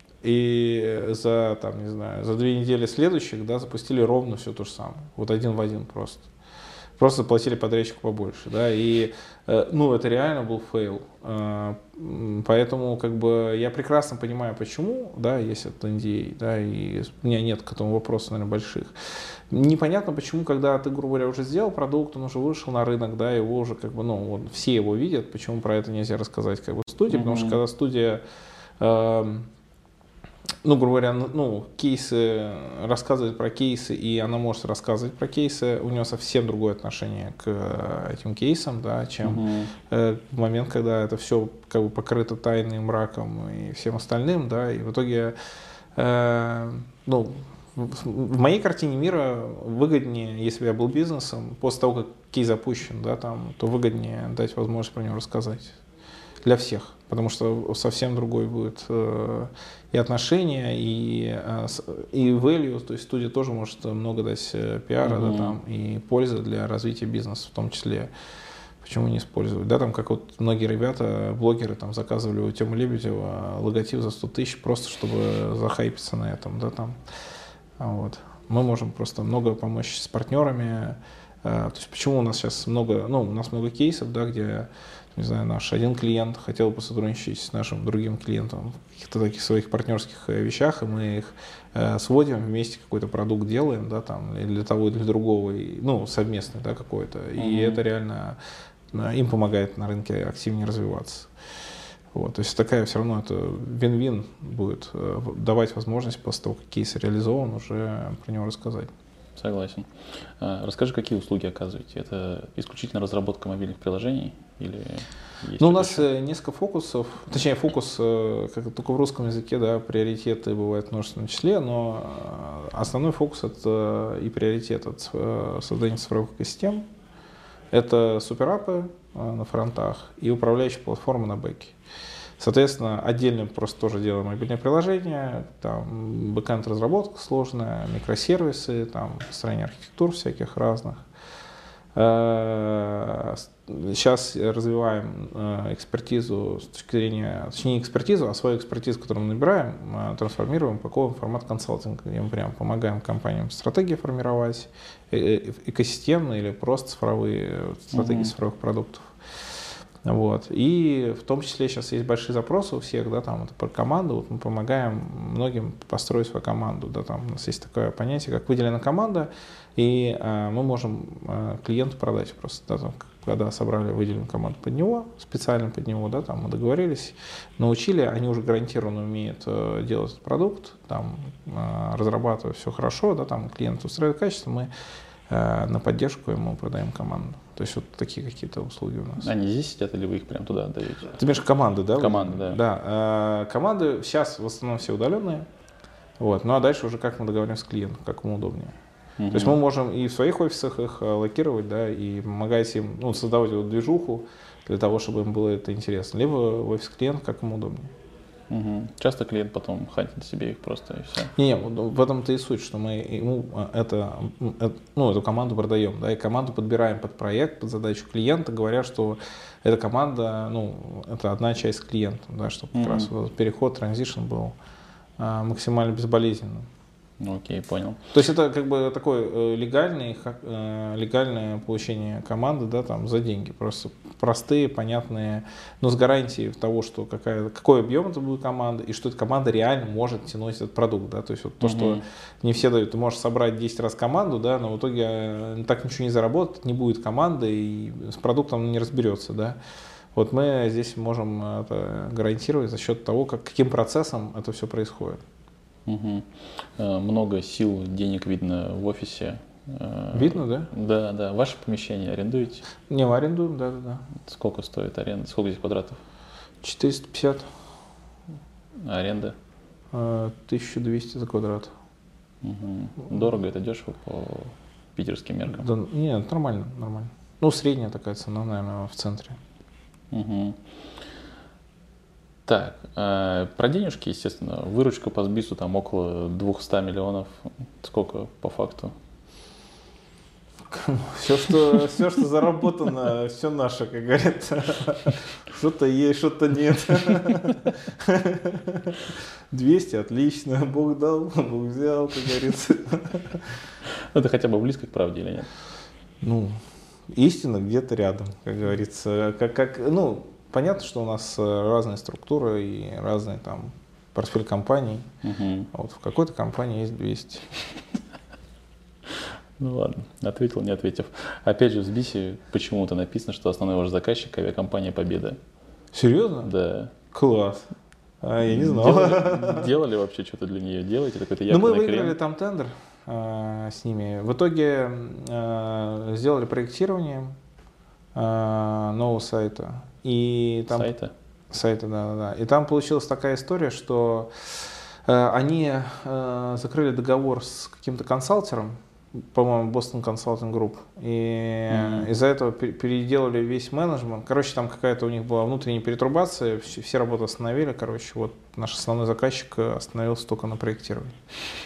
S2: И за, там, не знаю, за две недели следующих, да, запустили ровно все то же самое. Вот один в один просто. Просто платили подрядчику побольше, да, и, ну, это реально был фейл. Поэтому, как бы, я прекрасно понимаю, почему, да, есть этот эн ди эй, да, и у меня нет к этому вопросов, наверное, больших. Непонятно, почему, когда ты, грубо говоря, уже сделал продукт, он уже вышел на рынок, да, его уже, как бы, ну, вот, все его видят, почему про это нельзя рассказать, как бы, в студии, mm-hmm. потому что, когда студия э, ну, грубо говоря, ну, ну, кейсы, рассказывать про кейсы, и она может рассказывать про кейсы, у нее совсем другое отношение к э, этим кейсам, да, чем
S1: Угу.
S2: э, в момент, когда это все как бы покрыто тайным мраком и всем остальным, да, и в итоге, э, ну, в, в моей картине мира выгоднее, если бы я был бизнесом, после того, как кейс запущен, да, там, то выгоднее дать возможность про него рассказать. Для всех, потому что совсем другой будет э, и отношения, и, э, и value, то есть студия тоже может много дать э, пиара,
S1: Угу.
S2: да, там, и пользы для развития бизнеса в том числе. Почему не использовать? Да, там, как вот многие ребята, блогеры, там, заказывали у Тёмы Лебедева логотип за сто тысяч, просто чтобы захайпиться на этом, да, там. Вот. Мы можем просто много помочь с партнерами. Э, то есть почему у нас сейчас много, ну, у нас много кейсов, да, где, не знаю, наш один клиент хотел бы сотрудничать с нашим другим клиентом в каких-то таких своих партнерских вещах, и мы их э, сводим, вместе какой-то продукт делаем, да, там, и для того, и для другого, и, ну, совместный, да, какой-то. И mm-hmm. это реально э, им помогает на рынке активнее развиваться. Вот, то есть такая все равно это вин-вин будет, э, давать возможность после того, как кейс реализован, уже про него рассказать.
S1: Согласен. Расскажи, какие услуги оказываете? Это исключительно разработка мобильных приложений или есть
S2: Ну, у нас
S1: еще?
S2: несколько фокусов, точнее фокус, как только в русском языке, да, приоритеты бывают в множественном числе, но основной фокус это и приоритет от создания цифровых экосистем. Это суперапы на фронтах и управляющие платформы на бэке. Соответственно, отдельно просто тоже делаем мобильное приложение, там бэкэнд разработка сложная, микросервисы, там построение архитектур всяких разных. Сейчас развиваем экспертизу с точки зрения, точнее не экспертизу, а свою экспертизу, которую мы набираем, трансформируем, упаковываем в формат консалтинга, где мы прям помогаем компаниям стратегии формировать, экосистемные или просто цифровые стратегии mm-hmm. цифровых продуктов. Вот. И в том числе сейчас есть большие запросы у всех, да, там это про команду, вот мы помогаем многим построить свою команду, да, там у нас есть такое понятие, как выделена команда, и э, мы можем э, клиенту продать просто, да, там, когда собрали выделенную команду под него, специально под него, да, там мы договорились, научили, они уже гарантированно умеют э, делать этот продукт, там, э, разрабатывать все хорошо, да, там клиент устраивает качество, мы э, на поддержку ему продаем команду. То есть вот такие какие-то услуги у нас.
S1: Они здесь сидят или вы их прям туда отдаете?
S2: Ты имеешь команды, да?
S1: Команды, да.
S2: Да. Э, команды сейчас в основном все удаленные. Вот. Ну а дальше уже как мы договоримся с клиентом, как ему удобнее. Угу. То есть мы можем и в своих офисах их локировать, да, и помогать им, ну, создавать вот движуху для того, чтобы им было это интересно. Либо в офис клиента, как ему удобнее.
S1: Угу. Часто клиент потом хантит себе их просто и все.
S2: Не, в этом-то и суть, что мы ему это, ну, эту команду продаем, да, и команду подбираем под проект, под задачу клиента, говоря, что эта команда, ну, это одна часть клиента, да, чтобы mm-hmm. как раз вот переход, транзишн был а, максимально безболезненным.
S1: Окей, okay, понял.
S2: То есть это как бы такое легальное, легальное получение команды, да, там, за деньги. Просто простые, понятные, но с гарантией того, что какая, какой объем это будет команда, и что эта команда реально может тянуть этот продукт. Да? То есть вот то, mm-hmm. что не все дают. Ты можешь собрать десять раз команду, да, но в итоге так ничего не заработает, не будет команды, и с продуктом не разберется. Да? Вот мы здесь можем это гарантировать за счет того, как, каким процессом это все происходит.
S1: Угу. Много сил, денег видно в офисе.
S2: Видно, да?
S1: Да, да. Ваше помещение арендуете?
S2: Не, мы арендуем, да, да, да.
S1: Сколько стоит аренда? Сколько здесь квадратов?
S2: четыреста пятьдесят.
S1: А аренда?
S2: тысяча двести за квадрат.
S1: Угу. Дорого, это дешево по питерским меркам?
S2: Да, нет, нормально, нормально. Ну, средняя такая цена, наверное, в центре.
S1: Угу. Так, э, про денежки, естественно, выручка по Сбису там около двести миллионов. Сколько по факту?
S2: Все, что, все, что заработано, все наше, как говорится. Что-то есть, что-то нет. двести, отлично. Бог дал, Бог взял, как говорится.
S1: Это хотя бы близко к правде или нет?
S2: Ну, истина где-то рядом, как говорится. Как, как, ну, понятно, что у нас разные структуры и разный там портфель компаний. Угу. А вот в какой-то компании есть двести.
S1: Ну ладно, ответил, не ответив. Опять же, в Сбисе почему-то написано, что основной ваш заказчик — авиакомпания «Победа».
S2: Серьезно?
S1: Да.
S2: Класс. А, я не знал.
S1: Делали, делали вообще что-то для нее? Делаете какой-то
S2: Ну, мы
S1: якорный
S2: выиграли
S1: крем?
S2: там тендер э, с ними. В итоге э, сделали проектирование э, нового сайта. И там,
S1: Сайта?
S2: сайта, да, да, да. И там получилась такая история, что э, они э, закрыли договор с каким-то консалтером, по-моему, Boston Consulting Group, и
S1: Мгм.
S2: из-за этого пе- переделали весь менеджмент. Короче, там какая-то у них была внутренняя перетрубация, все, все работы остановили. Короче, вот наш основной заказчик э, остановился только на проектировании.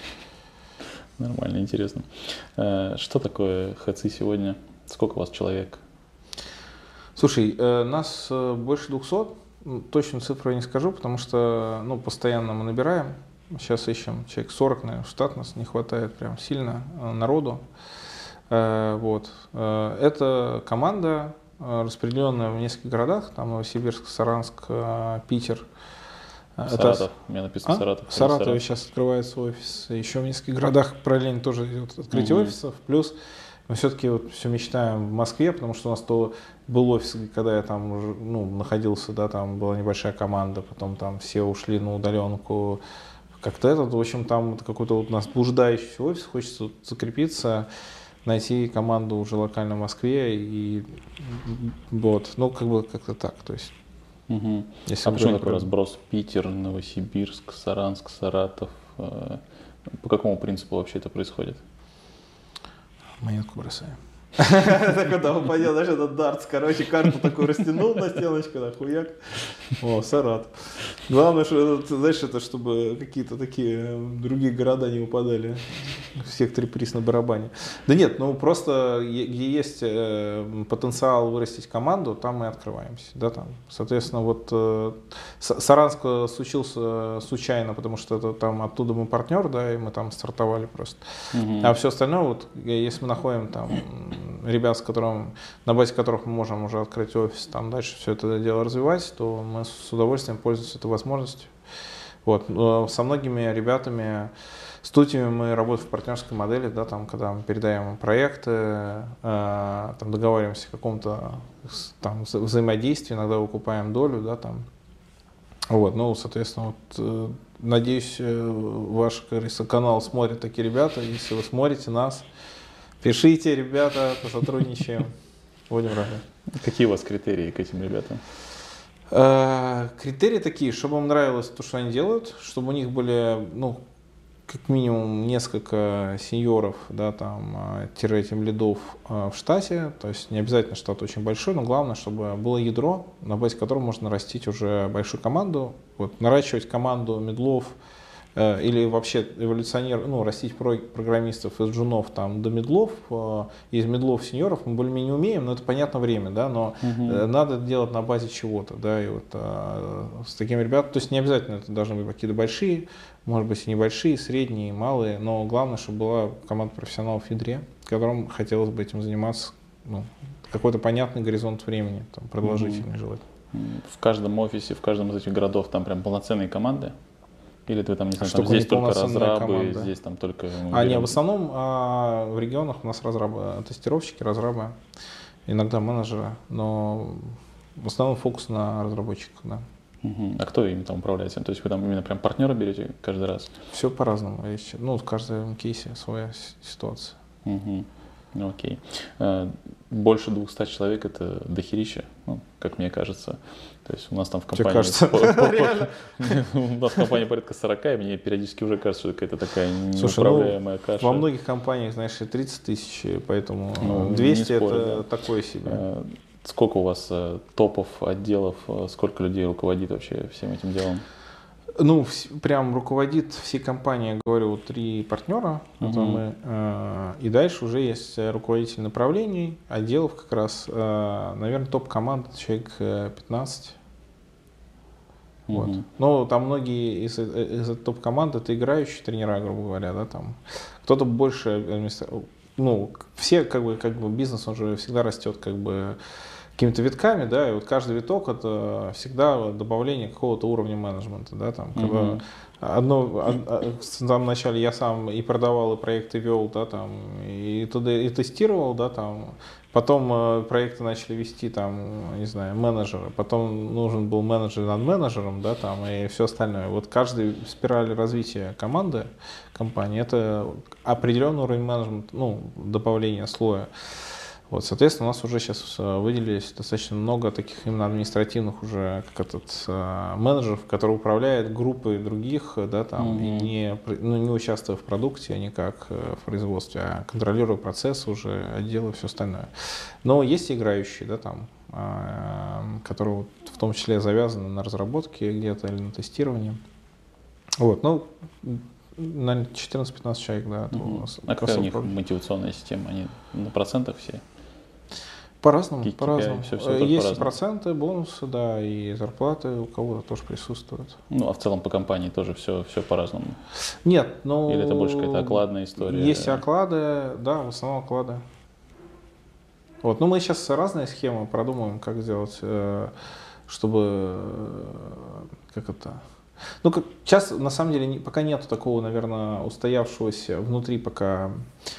S1: Нормально, интересно. Э, Что такое ХЦ сегодня? Сколько у вас человек?
S2: Слушай, э, нас э, больше двухсот, М, точную цифру я не скажу, потому что ну, постоянно мы набираем. Сейчас ищем человек сорок, наверное, в штат нас не хватает прям сильно э, народу. Э, Вот. Э, Это команда, э, распределенная в нескольких городах, там Новосибирск, Саранск, э, Питер. Э, это-
S1: Саратов. У меня написано
S2: А?
S1: Саратов.
S2: В
S1: Или
S2: Саратове
S1: Саратов.
S2: сейчас открывается офис. Еще в нескольких городах параллельно тоже идет открытие
S1: Мгм.
S2: офисов. Плюс мы все-таки вот все мечтаем в Москве, потому что у нас то был офис, когда я там уже, ну, находился, да, там была небольшая команда, потом там все ушли на удаленку. Как-то этот, в общем, там это какой-то вот у нас блуждающий офис, хочется вот закрепиться, найти команду уже локально в Москве и м, вот, ну, как бы как-то так, то есть,
S1: Мгм.
S2: если
S1: А
S2: мы
S1: почему
S2: говорим
S1: такой
S2: про-
S1: разброс? Питер, Новосибирск, Саранск, Саратов. Э, По какому принципу вообще это происходит?
S2: Монетку бросаем. Так вот, там упадет, знаешь, этот дартс, короче, карту такую растянул на стеночку, да, хуяк. О, Саратов. Главное, что, это, знаешь, это чтобы какие-то такие э, другие города не упадали в секторе приз на барабане. Да нет, ну просто е- где есть э, потенциал вырастить команду, там мы открываемся, да, там. Соответственно, вот э, С- Саранск э, случился случайно, потому что это там оттуда мы партнер, да, и мы там стартовали просто.
S1: Мгм.
S2: А все остальное, вот, если мы находим там м, ребят, с которым, на базе которых мы можем уже открыть офис, там дальше все это дело развивать, то мы с удовольствием пользуемся этой возможностью. Вот. Но со многими ребятами, студиями мы работаем в партнерской модели, да, там, когда мы передаем им проекты, э, там, договариваемся о каком-то с- там, вза- взаимодействии, иногда выкупаем долю, да, там. Вот, ну, соответственно, вот, э, надеюсь, э, ваш, как говорится, канал смотрят такие ребята. Если вы смотрите нас, пишите, ребята, посотрудничаем. Будем рады.
S1: Какие у вас критерии к этим ребятам?
S2: Э, Критерии такие, чтобы им нравилось то, что они делают, чтобы у них были, ну, как минимум несколько сеньоров, да, там, э, тире тим лидов э, в штате, то есть не обязательно штат очень большой, но главное, чтобы было ядро, на базе которого можно растить уже большую команду, вот, наращивать команду медлов, э, или вообще эволюционер, ну, растить про- программистов из джунов там до медлов, э, из медлов сеньоров мы более-менее умеем, но это понятно время, да, но
S1: Мгм.
S2: э, надо это делать на базе чего-то, да, и вот э, с такими ребятами, то есть не обязательно это должны быть какие-то большие, может быть и небольшие, средние, малые, но главное, чтобы была команда профессионалов в ядре, которым хотелось бы этим заниматься, ну, какой-то понятный горизонт времени, там, продолжительный желательно.
S1: М, В каждом офисе, в каждом из этих городов там прям полноценные команды? Или ты там, не знаю,
S2: Что
S1: там
S2: такое
S1: здесь только
S2: неполноценная
S1: разрабы,
S2: команда?
S1: здесь там только... мы
S2: А не,
S1: берем-
S2: в основном а, в регионах у нас разрабы, тестировщики, разрабы, иногда менеджеры, но в основном фокус на разработчиках, да.
S1: Мгм. А кто им там управляет? То есть вы там именно прям партнера берете каждый раз?
S2: Все по-разному. Есть, ну, в каждом кейсе своя с- ситуация.
S1: Мгм. Ну, окей. Э, Больше двухсот человек это дохерища, ну, как мне кажется. То есть у нас там в
S2: Тебе
S1: компании...
S2: кажется?
S1: по- по-
S2: Реально?
S1: У нас в компании порядка сорока, и мне периодически уже кажется, что это какая-то такая
S2: Слушай,
S1: неуправляемая каша.
S2: Во многих компаниях, знаешь, и тридцать тысяч, поэтому
S1: Ну,
S2: двести
S1: не спорю,
S2: это
S1: да.
S2: такое себе.
S1: Э, Сколько у вас э, топов, отделов, э, сколько людей руководит вообще всем этим делом?
S2: Ну, вс- прям руководит всей компанией, я говорю, вот три партнера. Это
S1: Мгм.
S2: мы, э, и дальше уже есть э, руководитель направлений, отделов как раз. Э, наверное, топ-команда человек э, пятнадцать. Вот.
S1: Мгм.
S2: Но там многие из, э, из этой топ-команды это играющие тренера, грубо говоря, да, там. Кто-то больше администра- ну, все как бы, как бы бизнес, он же всегда растет как бы какими-то витками, да, и вот каждый виток это всегда добавление какого-то уровня менеджмента, да, там, когда
S1: Мгм.
S2: одно, в самом начале я сам и продавал, и проекты вел, да, там, и туда и тестировал, да, там, потом э, проекты начали вести, там, не знаю, менеджеры, потом нужен был менеджер над менеджером, да, там, и все остальное. Вот каждый спираль развития команды, компании, это определенный уровень менеджмента, ну, добавление слоя. Вот, соответственно, у нас уже сейчас э, выделились достаточно много таких именно административных уже как этот, э, менеджеров, которые управляют группой других, э, да, там, и
S1: Мгм.
S2: не, пр- ну, не участвуя в продукте, а не как э, в производстве, а контролируя процесс уже, отделы и все остальное. Но есть играющие, да, там, э, которые вот в том числе завязаны на разработке где-то или на тестировании. Вот, ну, наверное, четырнадцать-пятнадцать человек, да, это у
S1: Мгм.
S2: нас
S1: А какая у них
S2: кроссоверов.
S1: мотивационная система? Они на процентах все?
S2: По-разному,
S1: Ки-
S2: по-разному.
S1: K P I, все, все
S2: Э,
S1: тоже
S2: Есть и
S1: по-разному.
S2: проценты, бонусы, да, и зарплаты у кого-то тоже присутствуют.
S1: Ну, а в целом по компании тоже все, все по-разному.
S2: Нет, ну...
S1: Или это больше какая-то окладная история?
S2: Есть и оклады, да, в основном оклады. Вот, ну мы сейчас разные схемы продумываем, как сделать, э, чтобы, э, как это... Ну, как, сейчас, на самом деле, не- пока нету такого, наверное, устоявшегося внутри пока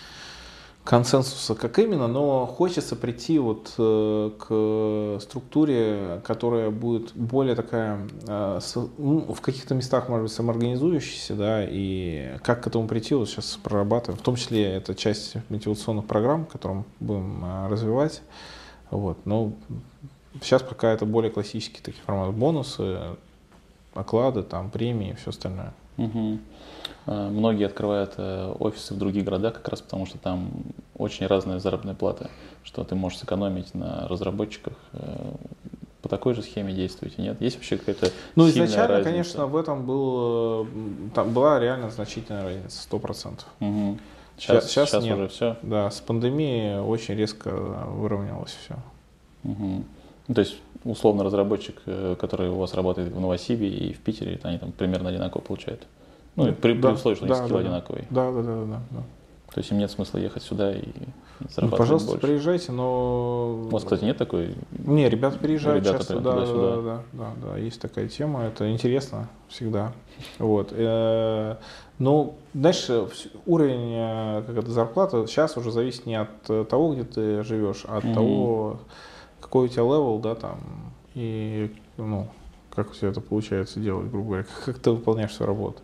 S2: консенсуса, как именно, но хочется прийти вот э, к структуре, которая будет более такая, э, со- ну, в каких-то местах, может быть, самоорганизующейся, да, и как к этому прийти, вот сейчас прорабатываем. В том числе это часть мотивационных программ, которые мы будем э, развивать. Вот, но сейчас пока это более классические такие форматы: бонусы, оклады, там, премии и все остальное.
S1: Мгм. А, Многие открывают э, офисы в других городах как раз потому, что там очень разная заработная плата, что ты можешь сэкономить на разработчиках. Э, По такой же схеме действуете, нет? Есть вообще какая-то
S2: Ну,
S1: сильная
S2: изначально,
S1: разница?
S2: конечно, в этом был, э, там была реально значительная разница, сто процентов.
S1: Мгм. Сейчас,
S2: Сейчас,
S1: сейчас
S2: нет.
S1: уже все.
S2: Да, с пандемией очень резко выровнялось все.
S1: Мгм. Ну, то есть, условно, разработчик, э, который у вас работает в Новосибе и в Питере, они там примерно одинаково получают. Ну, и при, при
S2: Да,
S1: условии, что у них
S2: да,
S1: скилл
S2: да, да.
S1: одинаковый.
S2: Да, да, да, да, да.
S1: То есть им нет смысла ехать сюда и
S2: Ну,
S1: зарабатывать
S2: пожалуйста,
S1: больше.
S2: приезжайте, но...
S1: У вас, кстати, нет такой?
S2: Не, ребята переезжают
S1: Ребята
S2: часто,
S1: прям
S2: да, да,
S1: туда-сюда.
S2: да, да, да, да, есть такая тема, это интересно всегда. Вот. э, Ну, дальше вс- уровень э, как это, зарплаты сейчас уже зависит не от э, того, где ты живешь, а от
S1: Мгм.
S2: того, какой у тебя левел, да, там, и, ну, как у тебя это получается делать, грубо говоря, как ты выполняешь свою работу.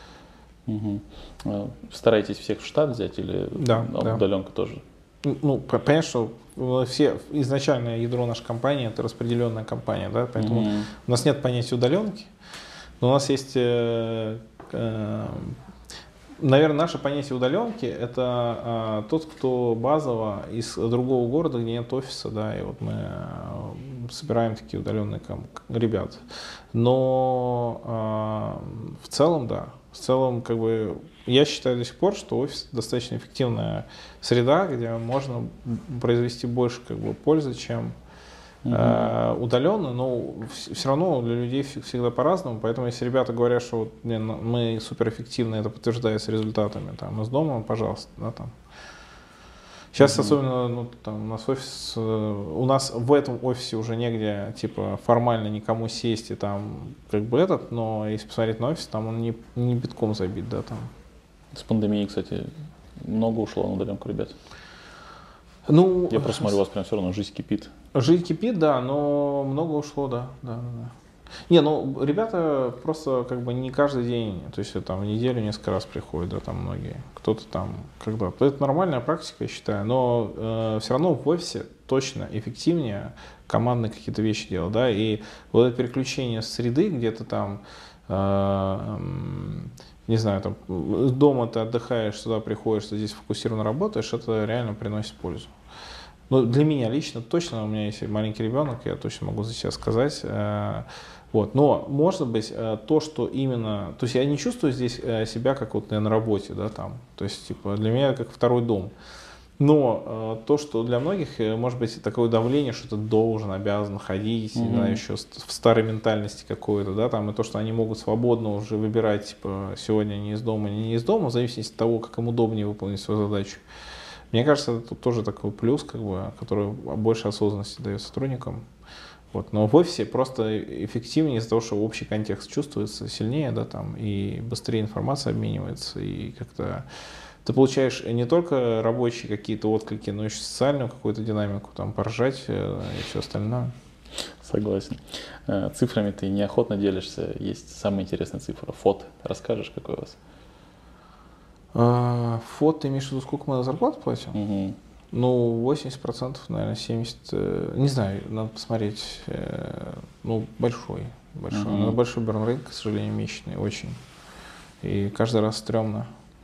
S1: Мгм. А Стараетесь всех в штат взять или
S2: Да, да.
S1: удаленка тоже?
S2: Ну, по- понятно, что э, все изначальное ядро нашей компании это распределенная компания, да, поэтому
S1: Мгм.
S2: у нас нет понятия удаленки, но у нас есть, э, э, наверное, наше понятие удаленки это э, тот, кто базово из другого города, где нет офиса, да, и вот мы э, собираем такие удаленные ком- ребят. Но э, в целом, да, в целом, как бы, я считаю до сих пор, что офис достаточно эффективная среда, где можно произвести больше как бы пользы, чем
S1: Мгм.
S2: э, удаленно, но все равно для людей вс- всегда по-разному, поэтому если ребята говорят, что вот, «Блин, ну, мы суперэффективны, это подтверждается результатами там, из дома, пожалуйста, да, там. Сейчас
S1: Мгм.
S2: особенно, ну, там, у нас офис, э, у нас в этом офисе уже негде, типа, формально никому сесть и там, как бы этот, но если посмотреть на офис, там он не, не битком забит, да, там.
S1: С пандемией, кстати, много ушло на удаленку, ребят.
S2: Ну,
S1: Я просто смотрю, у вас прям все равно жизнь кипит.
S2: жизнь кипит, да, но много ушло, да, да, да, да. Не, ну, ребята просто как бы не каждый день, то есть там в неделю несколько раз приходят, да, там многие, кто-то там когда-то. Это нормальная практика, я считаю, но э, все равно в офисе точно эффективнее командные какие-то вещи делать, да, и вот это переключение среды где-то там, э, м, не знаю, там, с дома ты отдыхаешь, сюда приходишь, ты здесь фокусированно работаешь, это реально приносит пользу. Ну, для меня лично точно, у меня есть маленький ребенок, я точно могу за себя сказать. э, Вот. Но, может быть, э, то, что именно... То есть я не чувствую здесь э, себя как вот я на работе, да, там. То есть, типа, для меня как второй дом. Но э, то, что для многих, э, может быть, такое давление, что ты должен, обязан ходить, не
S1: Мгм.
S2: знаю, еще с- в старой ментальности какой-то, да, там, и то, что они могут свободно уже выбирать, типа, сегодня не из дома, не из дома, в зависимости от того, как им удобнее выполнить свою задачу. Мне кажется, это тоже такой плюс, как бы, который больше осознанности дает сотрудникам. Вот. Но в офисе просто эффективнее из-за того, что общий контекст чувствуется сильнее, да, там, и быстрее информация обменивается, и как-то ты получаешь не только рабочие какие-то отклики, но еще социальную какую-то динамику, там, поржать и все остальное.
S1: Согласен. Цифрами ты неохотно делишься. Есть самая интересная цифра. Фот. Расскажешь, какой у вас?
S2: А, фот, ты имеешь в виду, сколько мы на зарплату платим?
S1: Угу.
S2: Ну, восемьдесят процентов, наверное, семьдесят процентов. Не знаю, надо посмотреть. Ну, большой. Большой.
S1: Угу.
S2: Но большой берн-рейт, к сожалению, месячный, очень. И каждый раз стрёмно.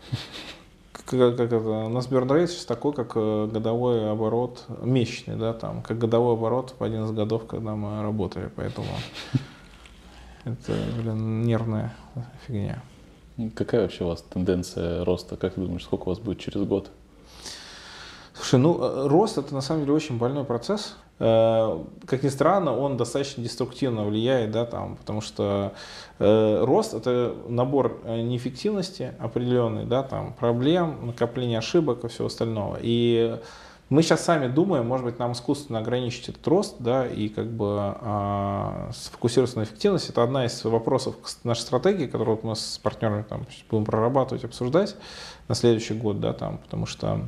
S2: Как, как это, у нас берн-рейт сейчас такой, как годовой оборот, месячный, да, там, как годовой оборот в один из годов, когда мы работали, поэтому это, блин, нервная фигня.
S1: Какая вообще у вас тенденция роста? Как ты думаешь, сколько у вас будет через год?
S2: Слушай, ну, рост – это на самом деле очень больной процесс. Как ни странно, он достаточно деструктивно влияет, да, там, потому что э, рост – это набор неэффективности определенный, да, там, проблем, накопление ошибок и всего остального. И мы сейчас сами думаем, может быть, нам искусственно ограничить этот рост, да, и как бы э, сфокусироваться на эффективности. Это одна из вопросов нашей стратегии, которую вот мы с партнерами там будем прорабатывать, обсуждать на следующий год, да, там, потому что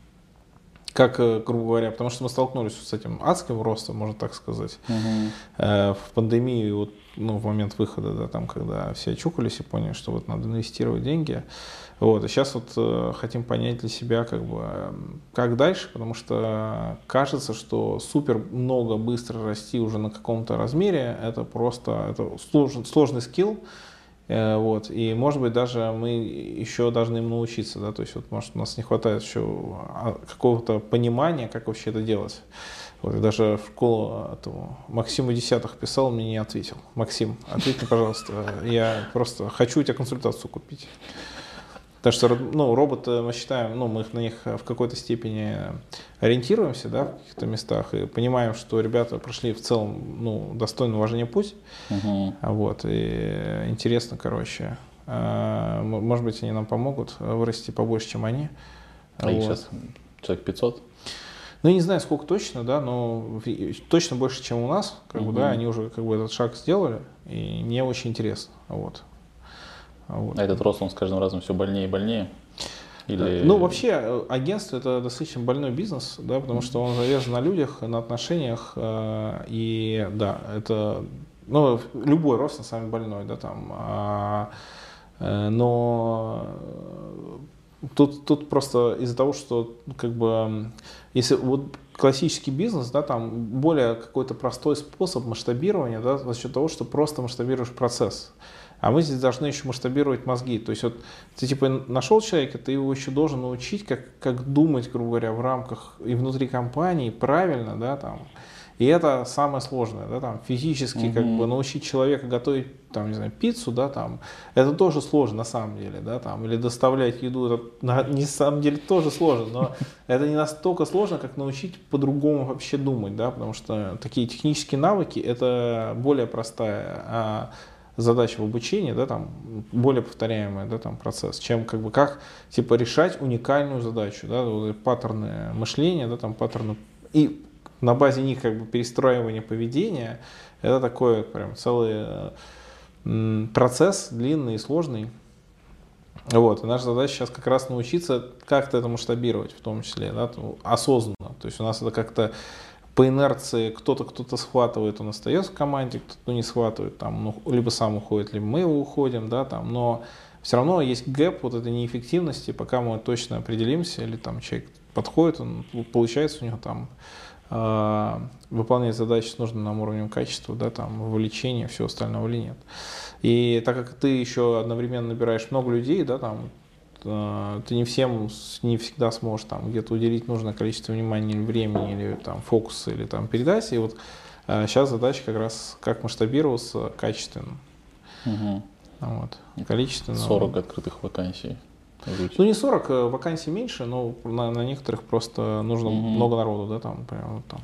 S2: как, грубо говоря, потому что мы столкнулись с этим адским ростом, можно так сказать,
S1: Угу.
S2: э, в пандемии, вот, ну, в момент выхода, да, там, когда все очухались и поняли, что вот надо инвестировать деньги. Вот, и сейчас вот э, хотим понять для себя, как бы, э, как дальше, потому что кажется, что супер много быстро расти уже на каком-то размере, это просто это сложный, сложный скилл. Вот, и может быть даже мы еще должны им научиться, да, то есть вот может у нас не хватает еще какого-то понимания, как вообще это делать. Вот, и даже в школу этому Максиму Десятых писал, мне не ответил. Максим, ответь мне, пожалуйста, я просто хочу у тебя консультацию купить. Потому что, ну, роботы мы считаем, ну, мы на них в какой-то степени ориентируемся, да, в каких-то местах и понимаем, что ребята прошли в целом, ну, достойный уважения путь.
S1: Угу.
S2: Вот, и интересно, короче, может быть, они нам помогут вырасти побольше, чем они.
S1: А
S2: вот.
S1: их сейчас человек пятьсот?
S2: Ну, я не знаю, сколько точно, да, но точно больше, чем у нас, как
S1: угу.
S2: бы, да, они уже как бы этот шаг сделали, и мне очень интересно, вот.
S1: Вот. А этот рост, он с каждым разом все больнее и больнее? Или...
S2: Ну, вообще, агентство – это достаточно больной бизнес, да, потому что он завязан на людях, на отношениях, и, да, это, ну, любой рост, на самом деле, больной, да, там, а, но тут, тут просто из-за того, что, как бы, если вот классический бизнес, да, там более какой-то простой способ масштабирования, да, за счет того, что просто масштабируешь процесс. А мы здесь должны еще масштабировать мозги. То есть вот ты типа нашел человека, ты его еще должен научить, как, как думать, грубо говоря, в рамках и внутри компании правильно, да, там. И это самое сложное, да, там, физически, mm-hmm. как бы научить человека готовить, там, не знаю, пиццу, да, там, это тоже сложно на самом деле, да, там, или доставлять еду, это на, на самом деле тоже сложно, но это не настолько сложно, как научить по-другому вообще думать, да, потому что такие технические навыки, это более простая а, задача в обучении, да, там, более повторяемый, да, там, процесс, чем как бы как, типа, решать уникальную задачу, да, вот, паттерны мышления, да, там, паттерны, и на базе них как бы перестраивание поведения, это такой прям целый м, процесс, длинный и сложный. Вот, и наша задача сейчас как раз научиться как-то это масштабировать, в том числе, да, осознанно, то есть у нас это как-то по инерции кто-то кто-то схватывает, он остается в команде, кто-то не схватывает, там, ну, либо сам уходит, либо мы его уходим, да, там, но все равно есть гэп вот этой неэффективности, пока мы точно определимся, или там человек подходит, он, получается у него там э, выполнять задачи с нужным нам уровнем качества, да, там, вовлечения, всего остального или нет. И так как ты еще одновременно набираешь много людей, да, там, ты не всем, не всегда сможешь там где-то уделить нужное количество внимания или времени, или там фокуса, или там передать. И вот а, сейчас задача как раз как масштабироваться качественно.
S1: Угу.
S2: Вот. Количественно.
S1: сорок открытых вакансий.
S2: Ну не сорок, вакансий меньше, но на, на некоторых просто нужно угу. много народу, да, там, прям, там.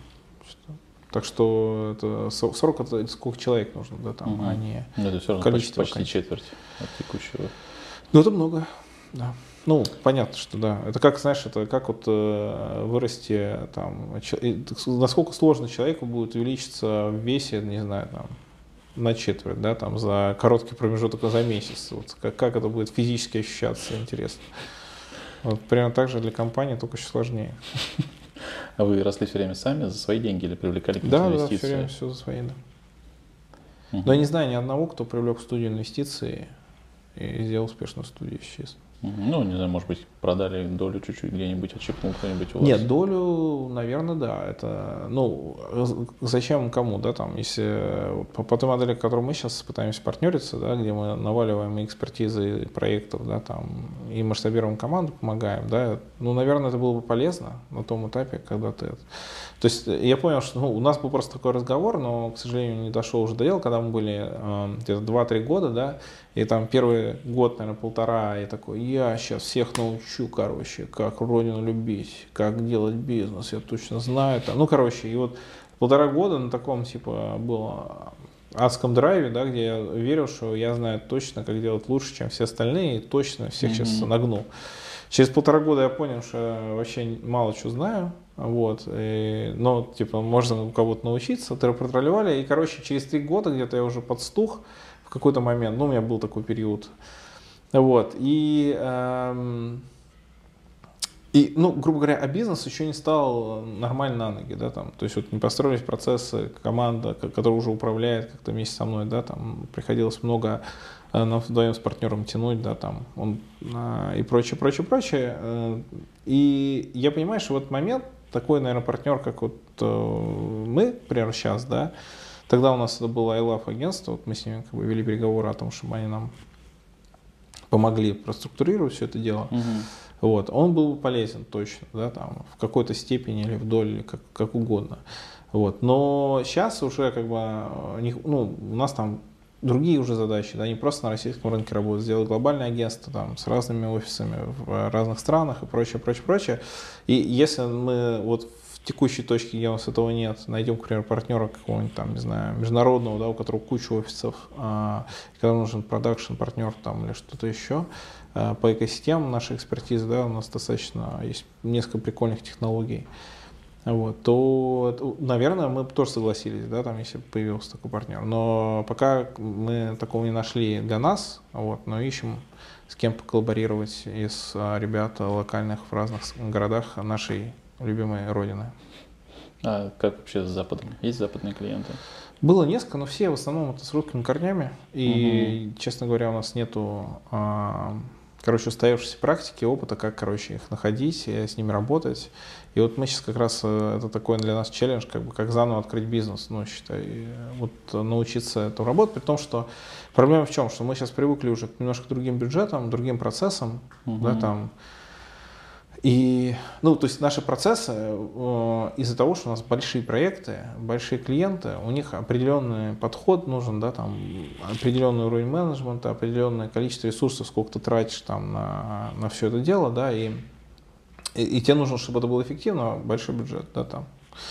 S2: Так что это сорок это сколько человек нужно, да, там, угу. а не
S1: это все равно
S2: количество
S1: почти, почти четверть от текущего.
S2: Ну это много. Да. Ну, понятно, что да. Это как, знаешь, это как вот э, вырасти там, че- и насколько сложно человеку будет увеличиться в весе, не знаю, там, на четверть, да, там, за короткий промежуток, за месяц. Вот, как, как это будет физически ощущаться, интересно. Вот, примерно так же для компании, только еще сложнее.
S1: А вы росли все время сами за свои деньги или привлекали какие-то
S2: Да, да,
S1: инвестиции?
S2: все время все за свои, да.
S1: Мгм.
S2: Но я не знаю ни одного, кто привлек в студию инвестиции и сделал успешную студию, если честно.
S1: Мгм. Ну, не знаю, может быть, продали долю чуть-чуть где-нибудь, отщипнул кто-нибудь у вас?
S2: Нет, долю, наверное, да. Это, ну, зачем кому, да, там, если по, по той модели, к которой мы сейчас пытаемся партнериться, да, где мы наваливаем и экспертизы проектов, да, там, и масштабируем команду, помогаем, да, ну, наверное, это было бы полезно на том этапе, когда ты это. То есть я понял, что ну, у нас был просто такой разговор, но, к сожалению, не дошел уже до дела, когда мы были э, где-то два-три года, да, и там первый год, наверное, полтора, я такой, я сейчас всех научу, короче, как родину любить, как делать бизнес, я точно знаю. Там. Ну, короче, и вот полтора года на таком, типа, было адском драйве, да, где я верил, что я знаю точно, как делать лучше, чем все остальные, и точно всех mm-hmm. сейчас нагну. Через полтора года я понял, что я вообще мало чего знаю, вот, и, но, типа, можно у кого-то научиться, тролливали, и, короче, через три года где-то я уже подстух в какой-то момент, ну, у меня был такой период, вот, и, эм, и, ну, грубо говоря, а бизнес еще не стал нормально на ноги, да, там, то есть вот не построились процессы, команда, которая уже управляет как-то вместе со мной, да, там, приходилось много нам вдвоем с партнером тянуть, да, там, он, а, и прочее, прочее, прочее. И я понимаю, что в этот момент такой, наверное, партнер, как вот мы, например, сейчас, да, тогда у нас это было iLove агентство, вот мы с ними как бы вели переговоры о том, чтобы они нам помогли проструктурировать все это дело. Угу. Вот, он был полезен точно, да, там, в какой-то степени или вдоль, или как, как угодно. Вот, но сейчас уже как бы, ну, у нас там другие уже задачи, да, не просто на российском рынке работать, сделать глобальное агентство там, с разными офисами в разных странах и прочее, прочее, прочее. И если мы вот в текущей точке, где у нас этого нет, найдем, к примеру, партнера какого-нибудь там, не знаю, международного, да, у которого куча офисов, а, когда нужен продакшн партнер там или что-то еще, а, по экосистемам нашей экспертизы, да, у нас достаточно есть несколько прикольных технологий. Вот, то, наверное, мы бы тоже согласились, да, там, если бы появился такой партнер. Но пока мы такого не нашли для нас, вот, но ищем с кем поколлаборировать из ребят локальных в разных городах нашей любимой родины.
S1: А как вообще с Западом? Есть западные клиенты?
S2: Было несколько, но все в основном это с русскими корнями. И, угу. честно говоря, у нас нету... А, короче, устоявшейся практики, опыта, как, короче, их находить, с ними работать. И вот мы сейчас как раз, это такой для нас челлендж, как бы, как заново открыть бизнес, ну, считай, вот научиться эту работать, при том, что проблема в чем, что мы сейчас привыкли уже к немножко другим бюджетам, другим процессам, угу. да, там, и, ну, то есть наши процессы, э, из-за того, что у нас большие проекты, большие клиенты, у них определенный подход нужен, да, там, определенный уровень менеджмента, определенное количество ресурсов, сколько ты тратишь там на, на все это дело, да, и, и, и тебе нужно, чтобы это было эффективно, большой бюджет, да, там.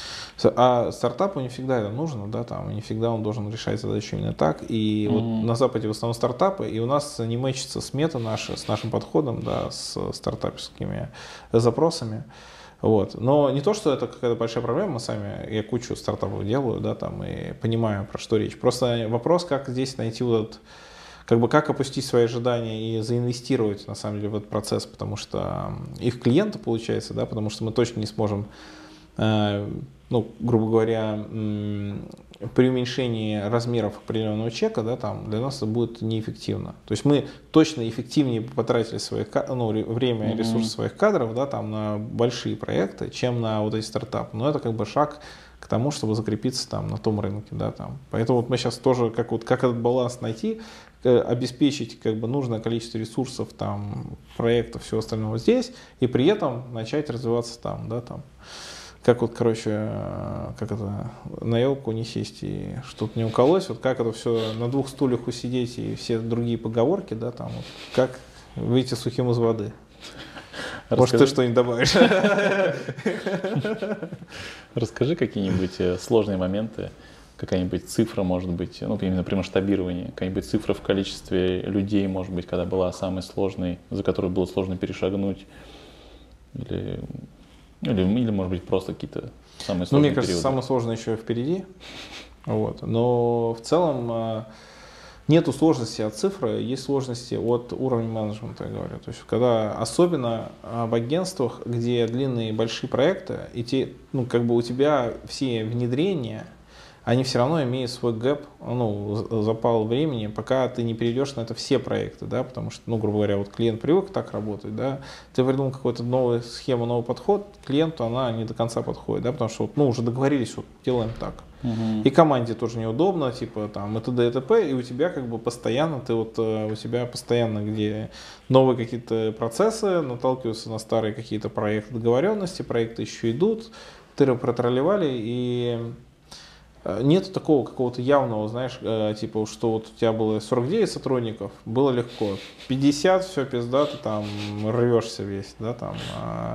S2: А стартапу не всегда это нужно, да, там, и не всегда он должен решать задачу именно так. И mm-hmm. вот на Западе в основном стартапы, и у нас не мэчится смета наша с нашим подходом, да, с стартаперскими запросами. Вот. Но не то, что это какая-то большая проблема, мы сами, я кучу стартапов делаю, да, там, и понимаю, про что речь. Просто вопрос, как здесь найти вот этот, как бы, как опустить свои ожидания и заинвестировать, на самом деле, в этот процесс, потому что их клиенты, получается, да, потому что мы точно не сможем, э, ну, грубо говоря, при уменьшении размеров определенного чека, да, там, для нас это будет неэффективно. То есть мы точно эффективнее потратили своих, ну, время и ресурсы mm-hmm. своих кадров, да, там, на большие проекты, чем на вот эти стартапы. Но это как бы шаг к тому, чтобы закрепиться там, на том рынке. Да, там. Поэтому вот мы сейчас тоже, как, вот, как этот баланс найти, обеспечить как бы нужное количество ресурсов, там, проектов, всего остального здесь, и при этом начать развиваться там, да, там. Как вот, короче, как это, на елку не сесть и что-то не уколоть, вот как это все на двух стульях усидеть и все другие поговорки, да, там, вот, как выйти сухим из воды. Расскажи. Может, ты что-нибудь добавишь?
S1: Расскажи какие-нибудь сложные моменты, какая-нибудь цифра, может быть, ну, именно при масштабировании, какая-нибудь цифра в количестве людей, может быть, когда была самой сложной, за которую было сложно перешагнуть, или, или, или может быть, просто какие-то самые сложные периоды?
S2: Ну, мне кажется, самое сложное еще впереди, вот. Но в целом нету сложности от цифры, есть сложности от уровня менеджмента, я говорю. То есть, когда особенно в агентствах, где длинные большие проекты, и те, ну, как бы у тебя все внедрения, они все равно имеют свой гэп, ну, запал времени, пока ты не перейдешь на это все проекты, да, потому что, ну, грубо говоря, вот клиент привык так работать, да, ты придумал какую-то новую схему, новый подход, клиенту она не до конца подходит, да, потому что, вот, ну, уже договорились, вот, делаем так.
S1: Угу.
S2: И команде тоже неудобно, типа, там, и т.д. и т.п., и у тебя, как бы, постоянно, ты вот, у тебя постоянно, где новые какие-то процессы, наталкиваются на старые какие-то проекты договоренности, проекты еще идут, тыры протролливали, и нет такого какого-то явного, знаешь, э, типа, что вот у тебя было сорок девять сотрудников, было легко, пятьдесят, все, пизда, ты там рвешься весь, да, там. А,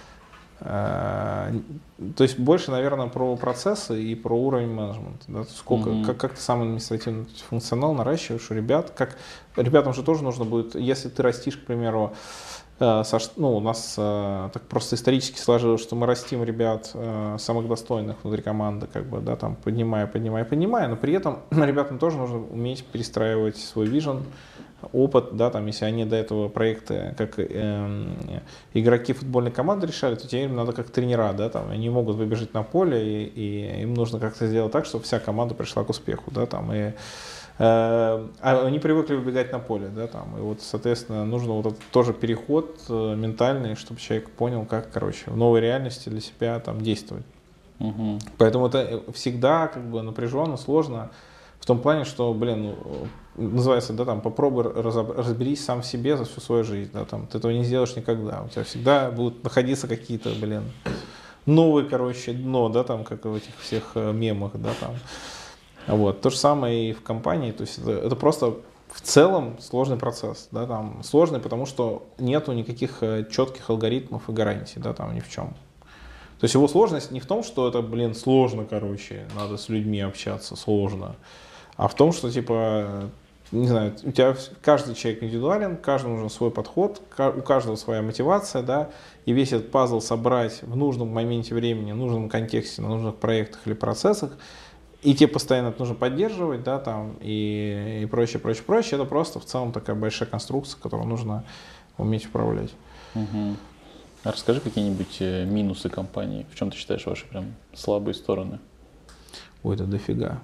S2: а, то есть больше, наверное, про процессы и про уровень менеджмента, да, сколько, mm-hmm. как, как ты сам административный функционал наращиваешь у ребят, как, ребятам же тоже нужно будет, если ты растишь, к примеру, ну, у нас э, так просто исторически сложилось, что мы растим ребят э, самых достойных внутри команды, как бы, да, там, поднимая, поднимая, поднимая, но при этом ребятам тоже нужно уметь перестраивать свой вижен, опыт, да, там, если они до этого проекты как э, игроки футбольной команды решали, то теперь им надо как тренера, да, там, они могут выбежать на поле, и, и им нужно как-то сделать так, чтобы вся команда пришла к успеху, да, там, и А они привыкли выбегать на поле, да, там, и вот, соответственно, нужно вот этот тоже переход ментальный, чтобы человек понял, как, короче, в новой реальности для себя там действовать. Угу. Поэтому это всегда как бы напряженно, сложно, в том плане, что, блин, ну, называется, да, там, попробуй разберись сам в себе за всю свою жизнь, да, там, ты этого не сделаешь никогда, у тебя всегда будут находиться какие-то, блин, новые, короче, дно, да, там, как в этих всех мемах, да, там. Вот. То же самое и в компании, то есть это, это просто в целом сложный процесс, да, там, сложный, потому что нету никаких четких алгоритмов и гарантий, да, там, ни в чем. То есть его сложность не в том, что это, блин, сложно, короче, надо с людьми общаться, сложно, а в том, что, типа, не знаю, у тебя каждый человек индивидуален, каждому нужен свой подход, у каждого своя мотивация, да, и весь этот пазл собрать в нужном моменте времени, в нужном контексте, на нужных проектах или процессах, и тебе постоянно это нужно поддерживать, да, там, и, и прочее, прочее, прочее. Это просто в целом такая большая конструкция, которую нужно уметь управлять.
S1: Угу. А расскажи какие-нибудь минусы компании. В чем ты считаешь ваши прям слабые стороны?
S2: Ой, это дофига.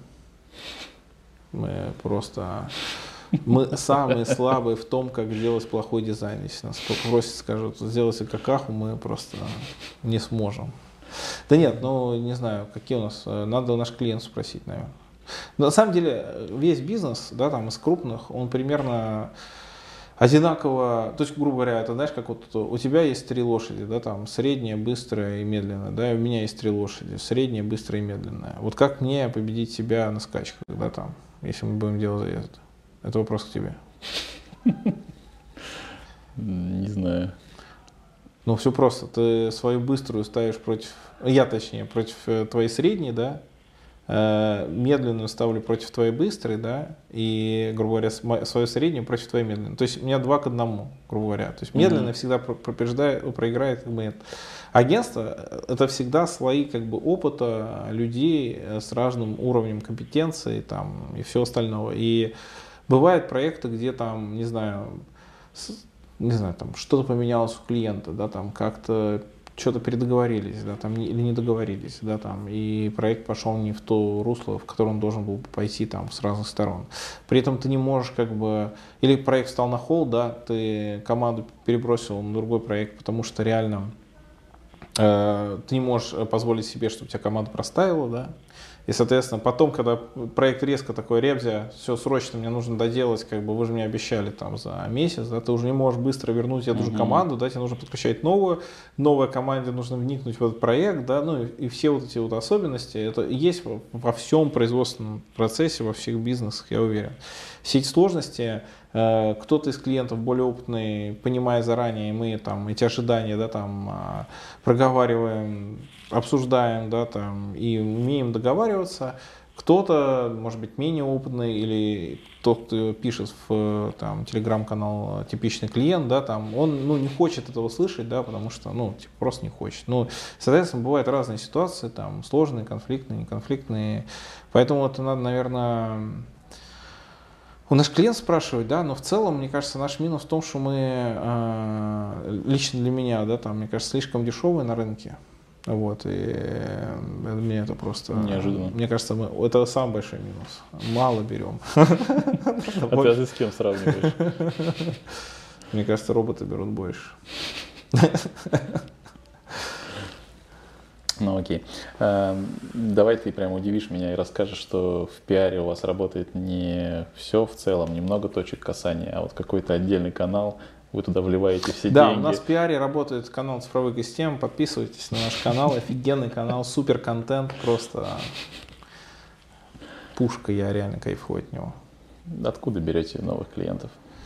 S2: Мы просто... Мы самые слабые в том, как сделать плохой дизайн. Если нас попросят, скажут, сделайте какаху, мы просто не сможем. Да нет, ну не знаю, какие у нас, надо наш клиент спросить, наверное. Но на самом деле весь бизнес, да, там из крупных, он примерно одинаково, то есть, грубо говоря, это знаешь, как вот у тебя есть три лошади, да, там средняя, быстрая и медленная, да, и у меня есть три лошади, средняя, быстрая и медленная. Вот как мне победить себя на скачках, да, там, если мы будем делать заезд? Это вопрос к тебе.
S1: Не знаю.
S2: Ну, все просто. Ты свою быструю ставишь против, я точнее, против твоей средней, да, медленную ставлю против твоей быстрой, да, и, грубо говоря, свою среднюю против твоей медленной. То есть у меня два к одному, грубо говоря. То есть медленная mm-hmm. всегда побеждает, проиграет, как бы нет. Агентство — это всегда слои как бы опыта людей с разным уровнем компетенции там, и все остального. И бывают проекты, где там, не знаю, не знаю, там что-то поменялось у клиента, да, там как-то что-то передоговорились, да, там, или не договорились, да, там, и проект пошел не в то русло, в которое он должен был пойти там с разных сторон. При этом ты не можешь как бы, или проект стал на холд, да, ты команду перебросил на другой проект, потому что реально э, ты не можешь позволить себе, чтобы у тебя команда простаивала, да. И, соответственно, потом, когда проект резко такой, ребзя, все срочно, мне нужно доделать, как бы вы же мне обещали там за месяц, да, ты уже не можешь быстро вернуть эту же команду, да, тебе нужно подключать новую, новой команде нужно вникнуть в этот проект, да, ну и, и все вот эти вот особенности, это есть во, во всем производственном процессе, во всех бизнесах, я уверен. Все эти сложности, э, кто-то из клиентов более опытный, понимая заранее, мы там эти ожидания, да, там э, проговариваем, обсуждаем, да, там, и умеем договариваться. Кто-то, может быть, менее опытный, или тот, кто пишет в там, телеграм-канал типичный клиент, да, там, он ну, не хочет этого слышать, да, потому что ну, типа, просто не хочет. Ну, соответственно, бывают разные ситуации, там, сложные, конфликтные, неконфликтные. Поэтому это надо, наверное, у наш клиент спрашивает, да, но в целом, мне кажется, наш минус в том, что мы, э, лично для меня, да, там, мне кажется, слишком дешевые на рынке. Вот, и для меня это просто...
S1: Неожиданно.
S2: Мне кажется, мы, это самый большой минус. Мало берем.
S1: А ты с кем сравниваешь?
S2: Мне кажется, роботы берут больше.
S1: Ну окей. Давай ты прям удивишь меня и расскажешь, что в пиаре у вас работает не все в целом, не много точек касания, а вот какой-то отдельный канал. Вы туда вливаете все
S2: да,
S1: деньги.
S2: Да, у нас в пиаре работает канал цифровых систем. Подписывайтесь на наш канал. Офигенный канал, супер контент. Просто пушка, я реально кайфую от него.
S1: Откуда берете новых клиентов?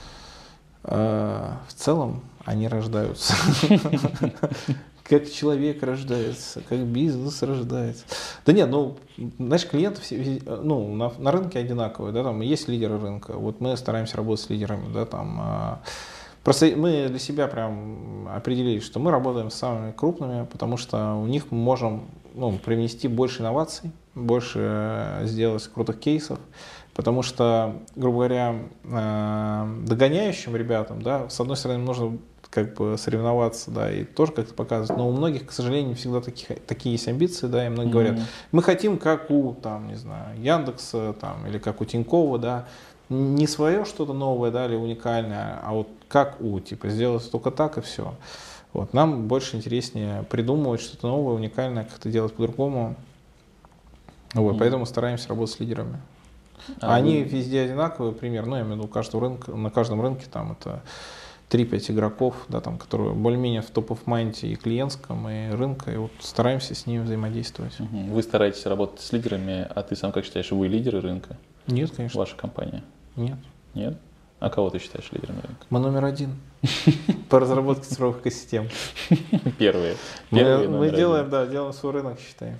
S2: В целом они рождаются. Как человек рождается, как бизнес рождается. Да нет, ну, знаешь, клиенты все, ну, на, на рынке одинаковые, да, там есть лидеры рынка. Вот мы стараемся работать с лидерами, да, там. Просто мы для себя прям определили, что мы работаем с самыми крупными, потому что у них мы можем ну, привнести больше инноваций, больше сделать крутых кейсов, потому что, грубо говоря, догоняющим ребятам, да, с одной стороны, нужно как бы соревноваться, да, и тоже как-то показывать, но у многих, к сожалению, не всегда таких, такие есть амбиции, да, и многие mm-hmm. говорят, мы хотим как у, там, не знаю, Яндекса, там, или как у Тинькова, да, не свое что-то новое, да, или уникальное, а вот как у, типа, сделать только так и все. Вот. Нам больше интереснее придумывать что-то новое, уникальное, как-то делать по-другому. Вот. Mm-hmm. Поэтому стараемся работать с лидерами. А Они вы... везде одинаковые, пример, ну, я имею в виду, каждого рынка, на каждом рынке там это три-пять игроков, да, там, которые более-менее в топ-оф-майнде и клиентском, и рынка, и вот стараемся с ними взаимодействовать.
S1: Mm-hmm. Вы стараетесь работать с лидерами, а ты сам как считаешь, вы лидеры рынка?
S2: Нет, конечно.
S1: Ваша компания?
S2: Нет.
S1: Нет? А кого ты считаешь лидером рынка?
S2: Мы номер один по разработке цифровых экосистем.
S1: Первые.
S2: Мы, мы делаем, да, делаем свой рынок, считаем.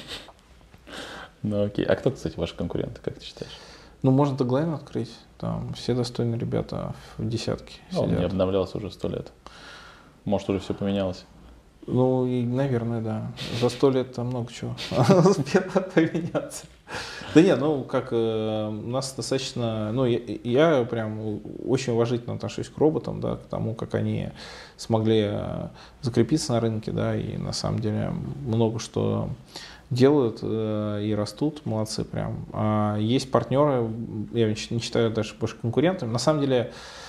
S1: Ну окей. А кто, кстати, ваши конкуренты, как ты считаешь?
S2: Ну, можно теглайн открыть. Там все достойные ребята в десятке.
S1: Он не обновлялся уже сто лет. Может, уже все поменялось?
S2: Ну, и, наверное, да. За сто лет там много чего успело поменяться. Да нет, ну, как э, у нас достаточно, ну, я, я прям очень уважительно отношусь к роботам, да, к тому, как они смогли э, закрепиться на рынке, да, и на самом деле много что делают э, и растут, молодцы прям. А есть партнеры, я не считаю даже больше конкурентами, на самом деле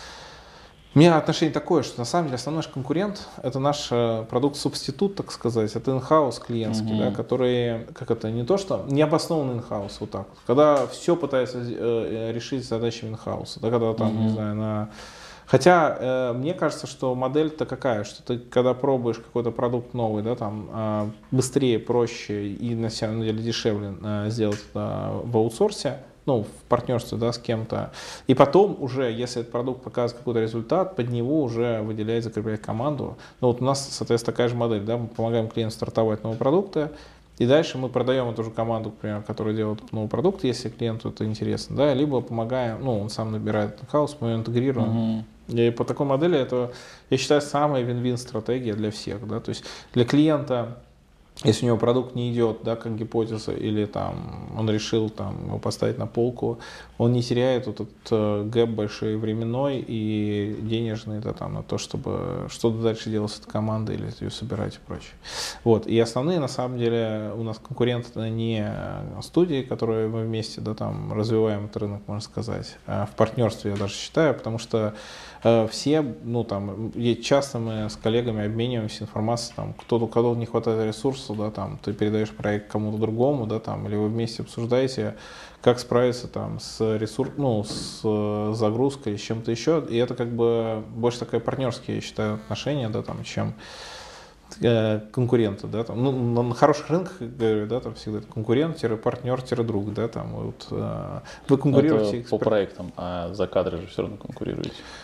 S2: у меня отношение такое, что на самом деле основной наш конкурент – это наш продукт-субститут, так сказать, это in-house клиентский, mm-hmm. да, который, как это, не то что, необоснованный in-house, вот так вот, когда все пытается э, решить задачи in-house, да, когда там, mm-hmm. не знаю, на… Хотя э, мне кажется, что модель-то какая, что ты, когда пробуешь какой-то продукт новый, да, там, э, быстрее, проще и на самом деле дешевле э, сделать это в аутсорсе, ну, в партнерстве, да, с кем-то. И потом уже, если этот продукт показывает какой-то результат, под него уже выделять, закреплять команду. Ну, вот у нас, соответственно, такая же модель, да, мы помогаем клиенту стартовать новые продукты, и дальше мы продаем эту же команду, к примеру, которая делает новый продукт, если клиенту это интересно, да, либо помогаем, ну, он сам набирает хаус, мы ее интегрируем. Mm-hmm. И по такой модели это, я считаю, самая вин-вин стратегия для всех, да, то есть для клиента, если у него продукт не идет, да, как гипотеза, или там он решил там его поставить на полку, он не теряет вот этот э, гэп большой временной и денежный, да, там, на то, чтобы что-то дальше делать с этой командой или ее собирать и прочее. Вот. И основные, на самом деле, у нас конкуренты не студии, которые мы вместе, да, там, развиваем этот рынок, можно сказать, а в партнерстве, я даже считаю, потому что э, все, ну, там, часто мы с коллегами обмениваемся информацией, там, кто-то, у кого не хватает ресурсов, да, там, ты передаешь проект кому-то другому, да, там, или вы вместе обсуждаете, как справиться там с ресурс, ну, с загрузкой, с чем-то еще. И это как бы больше такое партнерские, я считаю, отношения, да, там, чем э, конкуренты, да, там. Ну, на хороших рынках, как говорю, да, там всегда конкурент-партнер-друг, да, там, вот, э, вы конкурируете.
S1: Это по проектам, а за кадры же все равно конкурируете.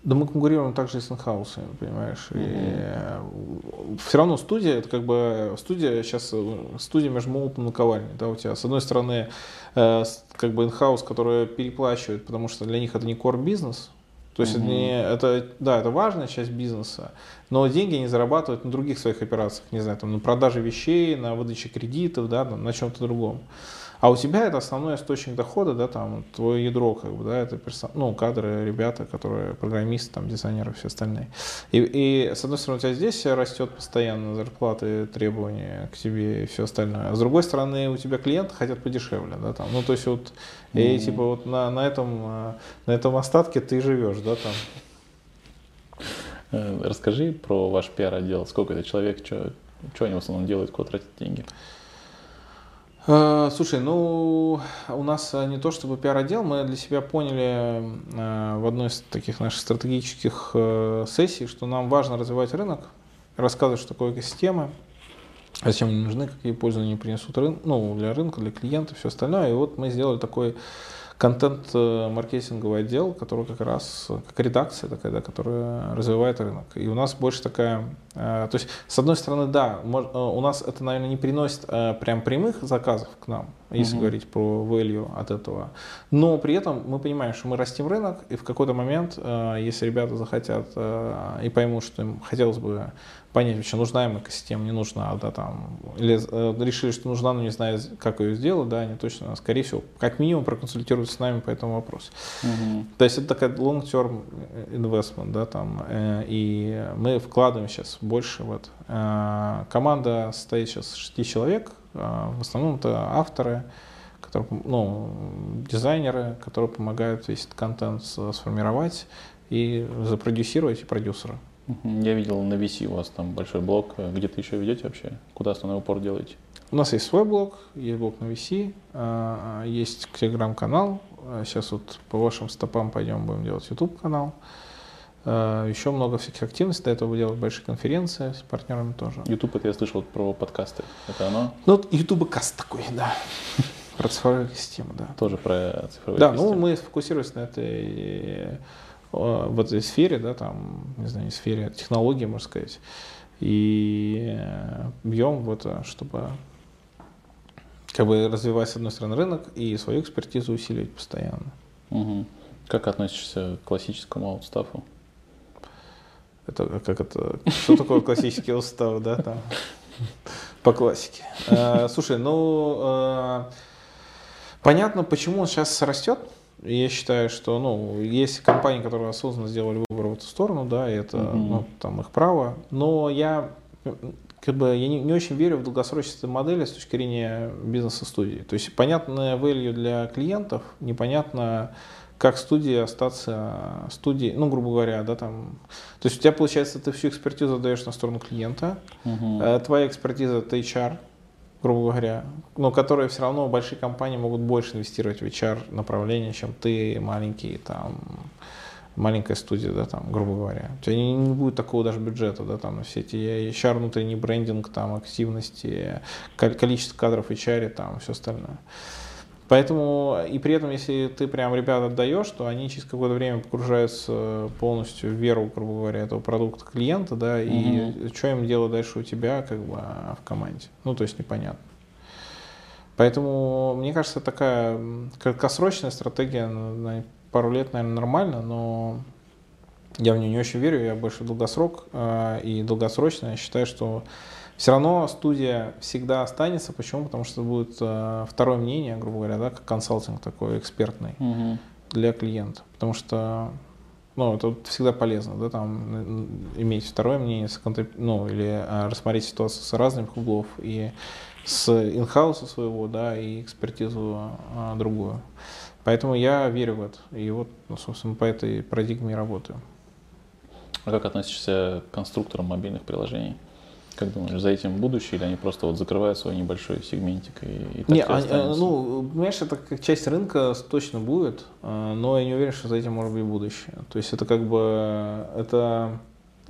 S2: Да мы конкурируем также и с инхаусами, понимаешь.
S1: Mm-hmm.
S2: И все равно студия, это как бы студия сейчас, студия между молотом и наковальней. Да, у тебя с одной стороны как бы инхаус, который переплачивает, потому что для них это не core бизнес. То есть mm-hmm. не, это, да, это важная часть бизнеса, но деньги они зарабатывают на других своих операциях, не знаю, там, на продаже вещей, на выдаче кредитов, да, на чем-то другом. А у тебя это основной источник дохода, да, там, твое ядро, как бы, да, это персон... ну, кадры, ребята, которые программисты, там, дизайнеры, все остальные. И, и, с одной стороны, у тебя здесь растет постоянно зарплаты, требования к тебе и все остальное. А с другой стороны, у тебя клиенты хотят подешевле, да, там, ну, то есть вот, mm-hmm. и, типа, вот на, на, этом, на этом остатке ты живешь, да, там.
S1: Расскажи про ваш пиар-отдел, сколько это человек, что, что они в основном делают, куда тратят деньги?
S2: Слушай, ну, у нас не то чтобы пиар-отдел, мы для себя поняли в одной из таких наших стратегических сессий, что нам важно развивать рынок, рассказывать, что такое экосистемы, зачем они нужны, какие пользы они принесут рын... ну, для рынка, для клиента, все остальное. И вот мы сделали такой контент-маркетинговый отдел, который как раз, как редакция такая, да, которая развивает рынок. И у нас больше такая, э, то есть, с одной стороны, да, мож, э, у нас это, наверное, не приносит э, прям прямых заказов к нам, если mm-hmm. говорить про value от этого, но при этом мы понимаем, что мы растим рынок, и в какой-то момент, э, если ребята захотят э, и поймут, что им хотелось бы понять, вообще нужна им экосистема, не нужна, да, там, или э, решили, что нужна, но не знаю, как ее сделать, да, они точно, скорее всего, как минимум проконсультируются с нами по этому вопросу. Uh-huh. То есть это такая long-term investment, да, там, э, и мы вкладываем сейчас больше в это. Э, команда состоит сейчас из шести человек, э, в основном это авторы, которые, ну, дизайнеры, которые помогают весь этот контент сформировать и запродюсировать, и продюсеры.
S1: Я видел на ви си у вас там большой блог. Где-то еще ведете вообще? Куда основной упор делаете?
S2: У нас есть свой блог, есть блог на ви си, есть телеграм-канал. Сейчас вот по вашим стопам пойдем, будем делать ютуб-канал. Еще много всяких активностей. До этого делать большие конференции с партнерами тоже.
S1: Ютуб, это я слышал про подкасты. Это оно?
S2: Ну, ютуб-каст такой, да. Про цифровые системы, да.
S1: Тоже про цифровые
S2: Да,
S1: системы.
S2: ну мы сфокусировались на этой... в этой сфере, да, там, не знаю, сфере технологий, можно сказать, и бьем в это, чтобы как бы развивать, с одной стороны, рынок и свою экспертизу усиливать постоянно.
S1: Угу. Как относишься к классическому аутстафу?
S2: Это как это? Что такое классический аутстаф, да, там? По классике. Слушай, ну понятно, почему он сейчас растет. Я считаю, что, ну, есть компании, которые осознанно сделали выбор в эту сторону, да, и это, mm-hmm. ну, там их право. Но я, как бы, я не, не очень верю в долгосрочные модели с точки зрения бизнеса студии. То есть понятная value для клиентов, непонятно, как студии остаться студией, ну, грубо говоря, да, там. То есть у тебя, получается, ты всю экспертизу даешь на сторону клиента, mm-hmm. твоя экспертиза это эйч ар, грубо говоря, но которые все равно большие компании могут больше инвестировать в эйч ар направление, чем ты, маленький, там, маленькая студия, да, там, грубо говоря. У тебя не, не будет такого даже бюджета, да, там, на все эти эйч ар, внутренний брендинг, там, активности, количество кадров в эйч ар, там, все остальное. Поэтому, и при этом, если ты прям ребят отдаешь, то они через какое-то время погружаются полностью в веру, грубо говоря, этого продукта клиента, да, и mm-hmm. что им делать дальше у тебя, как бы, в команде. Ну, то есть непонятно. Поэтому, мне кажется, такая краткосрочная стратегия на пару лет, наверное, нормально, но я в нее не очень верю, я больше в долгосрок, и долгосрочно я считаю, что все равно студия всегда останется. Почему? Потому что будет э, второе мнение, грубо говоря, да, как консалтинг такой экспертный uh-huh. для клиента. Потому что, ну, это всегда полезно, да, там иметь второе мнение, ну, или э, рассмотреть ситуацию с разных углов и с инхауса своего, да, и экспертизу э, другую. Поэтому я верю в это. И вот, ну, собственно, по этой парадигме работаю.
S1: А как относишься к конструкторам мобильных приложений? Как думаешь, за этим будущее, или они просто вот закрывают свой небольшой сегментик и, и так
S2: не,
S1: и останутся?
S2: Ну, понимаешь, это как часть рынка точно будет, но я не уверен, что за этим может быть будущее. То есть это как бы, это,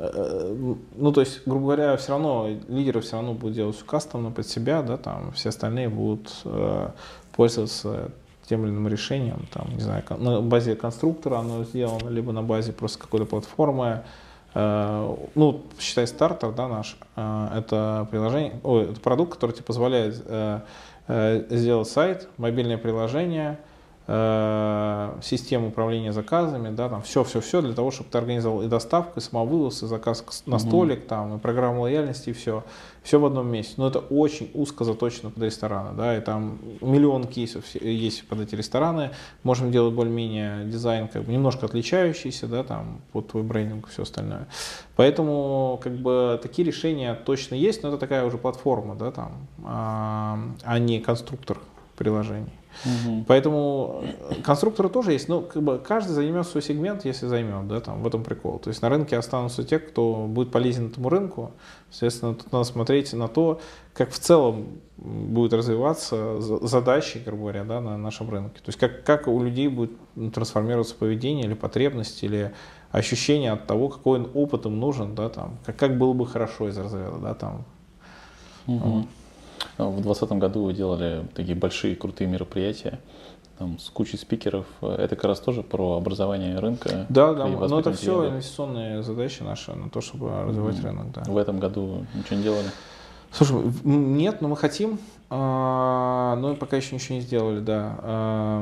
S2: ну, то есть, грубо говоря, все равно, лидеры все равно будут делать все кастомно под себя, да, там, все остальные будут пользоваться тем или иным решением, там, не знаю, на базе конструктора оно сделано, либо на базе просто какой-то платформы. Ну, считай, стартер, да, наш, это приложение, ой, это продукт, который тебе позволяет сделать сайт, мобильное приложение, систему управления заказами, да, там все-все-все для того, чтобы ты организовал и доставку, и самовывоз, и заказ на столик, mm-hmm. там, и программу лояльности, и все. Все в одном месте. Но это очень узко заточено под рестораны, да, и там миллион кейсов есть под эти рестораны. Можем делать более-менее дизайн, как бы, немножко отличающийся, да, там, под твой брендинг и все остальное. Поэтому, как бы, такие решения точно есть, но это такая уже платформа, да, там, а не конструктор приложений. Угу. Поэтому конструкторы тоже есть, но как бы каждый займет свой сегмент, если займет, да, там, в этом прикол. То есть на рынке останутся те, кто будет полезен этому рынку. Соответственно, тут надо смотреть на то, как в целом будет развиваться задачи, грубо говоря, да, на нашем рынке. То есть как, как у людей будет трансформироваться поведение или потребность, или ощущение от того, какой опыт им нужен, да, там, как, как было бы хорошо из разряда, да, там.
S1: Угу. В двадцатом году вы делали такие большие крутые мероприятия там, с кучей спикеров. Это как раз тоже про образование рынка.
S2: Да, да, но это все инвестиционные задачи наши на то, чтобы развивать mm-hmm. рынок. Да.
S1: В этом году ничего не делали?
S2: Слушай, нет, но мы хотим, но пока еще ничего не сделали, да.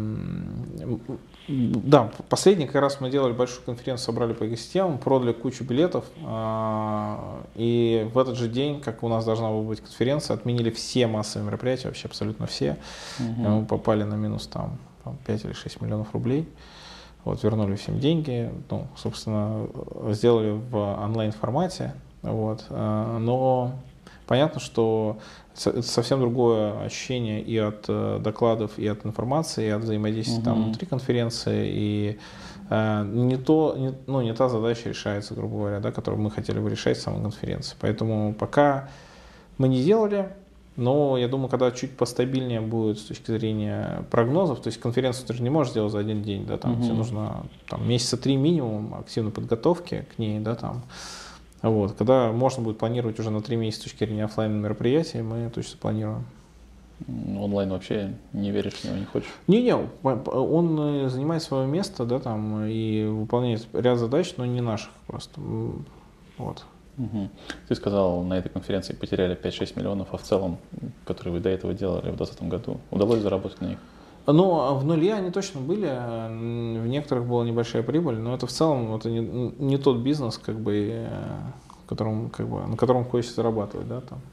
S2: Да, последний как раз мы делали большую конференцию, собрали по экосистемам, продали кучу билетов, и в этот же день, как у нас должна была быть конференция, отменили все массовые мероприятия, вообще абсолютно все. Угу. Мы попали на минус там пять или шесть миллионов рублей. Вот, вернули всем деньги, ну, собственно, сделали в онлайн формате, вот, но понятно, что это совсем другое ощущение и от э, докладов, и от информации, и от взаимодействия mm-hmm. там внутри конференции, и э, не, то, не, ну, не та задача решается, грубо говоря, да, которую мы хотели бы решать в самой конференции. Поэтому пока мы не делали, но я думаю, когда чуть постабильнее будет с точки зрения прогнозов, то есть конференцию ты же не можешь сделать за один день, да, там mm-hmm. тебе нужно там, месяца три минимум активной подготовки к ней, да, там. Вот, когда можно будет планировать уже на три месяца с точки зрения офлайн мероприятий, мы точно планируем.
S1: Онлайн вообще не веришь в него, не хочешь?
S2: Не-не, он занимает свое место, да, там, и выполняет ряд задач, но не наших просто. Вот.
S1: Угу. Ты сказал, на этой конференции потеряли пять-шесть миллионов, а в целом, которые вы до этого делали в двадцатом году, удалось заработать на них?
S2: Ну, в нуле они точно были, в некоторых была небольшая прибыль, но это в целом это не, не тот бизнес, как бы, которым, как бы, на котором хочется зарабатывать, да, там.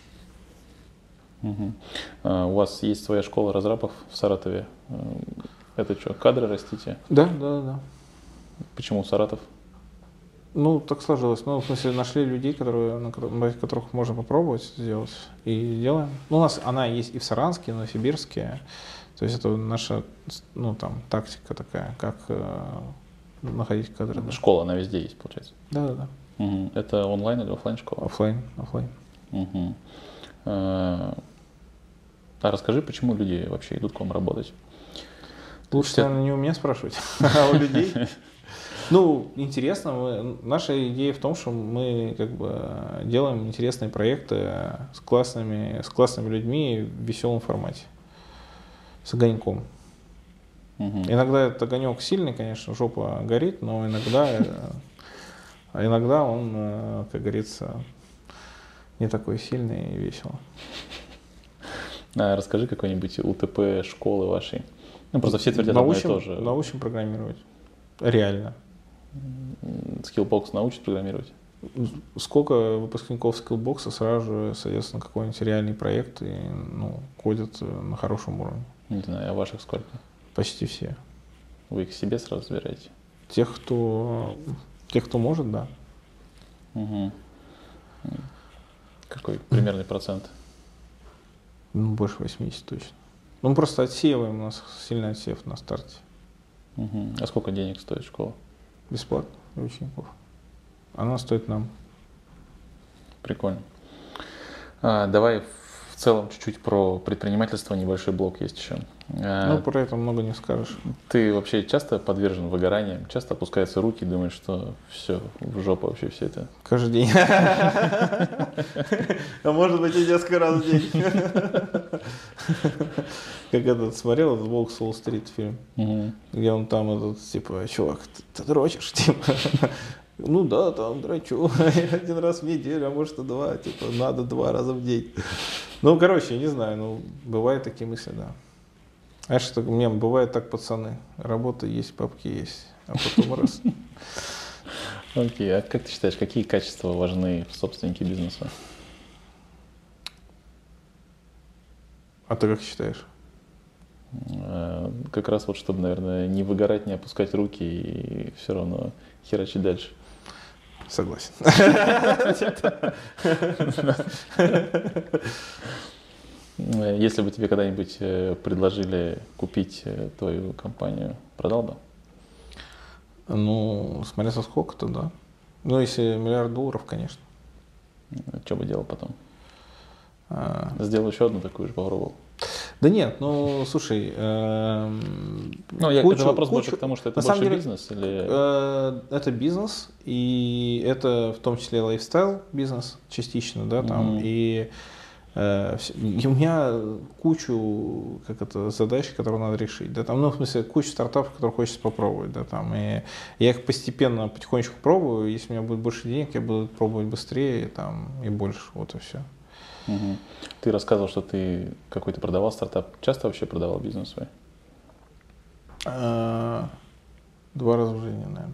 S1: Угу. А у вас есть своя школа разрабов в Саратове. Это что, кадры растите?
S2: Да, да, да.
S1: Почему Саратов?
S2: Ну, так сложилось. Ну, в смысле, нашли людей, которые, на которых можно попробовать сделать, и делаем. Ну, у нас она есть и в Саранске, и в Новосибирске. То есть это наша, ну, там, тактика такая, как э, находить кадры. Да.
S1: Школа, она везде есть, получается?
S2: Да, да, да.
S1: Угу. Это онлайн или офлайн школа?
S2: Офлайн, офлайн.
S1: Угу. А, а расскажи, почему люди вообще идут к вам работать?
S2: Лучше, Все... наверное, не у меня спрашивать, а у людей. Ну, интересно. Наша идея в том, что мы как бы делаем интересные проекты с классными, с классными людьми в веселом формате. С огоньком. Угу. Иногда этот огонек сильный, конечно, жопа горит, но иногда, иногда он, как говорится, не такой сильный и весело.
S1: А расскажи какой-нибудь УТП школы вашей. Ну, просто все твердят одно и то же.
S2: Научим программировать. Реально.
S1: Skillbox научит программировать?
S2: Сколько выпускников Skillbox сразу же садятся на какой-нибудь реальный проект и, ну, кодят на хорошем уровне?
S1: Не знаю, а ваших сколько?
S2: Почти все.
S1: Вы их себе сразу забираете?
S2: Тех, кто, тех, кто может, да.
S1: Угу. Какой примерный процент?
S2: Ну, больше восьмидесяти точно. Ну, мы просто отсеиваем, у нас сильный отсев на старте.
S1: Угу. А сколько денег стоит школа?
S2: Бесплатно для учеников. Она стоит нам.
S1: Прикольно. А, давай целом чуть-чуть про предпринимательство, небольшой блок есть еще.
S2: Ну, про это много не скажешь.
S1: Ты вообще часто подвержен выгораниям, часто опускаются руки, думаешь, что все, в жопу вообще все это?
S2: Каждый день. А может быть и несколько раз в день. Как этот, смотрел этот «Волк с Уолл-стрит» фильм? Где он там, этот, типа, чувак, ты дрочишь, типа. Ну да, там дрочу один раз в неделю, а может и два, типа, надо два раза в день. Ну, короче, я не знаю, ну, бывают такие мысли, да. Знаешь, что у меня бывает так, пацаны, работа есть, папки есть, а потом раз.
S1: Окей, а как ты считаешь, какие качества важны в собственнике бизнеса?
S2: А ты как считаешь?
S1: Как раз вот, чтобы, наверное, не выгорать, не опускать руки и все равно херачить дальше.
S2: Согласен.
S1: Если бы тебе когда-нибудь предложили купить твою компанию, продал бы?
S2: Ну, смотря со сколько-то, да. Ну, если миллиард долларов, конечно.
S1: Что бы делал потом?
S2: А...
S1: Сделал еще одну такую же, попробовал.
S2: Да нет, ну, слушай, э,
S1: ну, я, кучу, это вопрос кучу, больше к тому, что это больше деле, бизнес? Или...
S2: Э, это бизнес, и это в том числе лайфстайл бизнес частично, да, там, mm-hmm. и, э, и у меня кучу, как это, задач, которые надо решить, да, там, ну, в смысле, куча стартапов, которые хочется попробовать, да, там, и я их постепенно, потихонечку пробую, если у меня будет больше денег, я буду пробовать быстрее, там, и больше, вот и все.
S1: Угу. Ты рассказывал, что ты какой-то продавал стартап. Часто вообще продавал бизнес свой?
S2: А, два раза в жизни, наверное.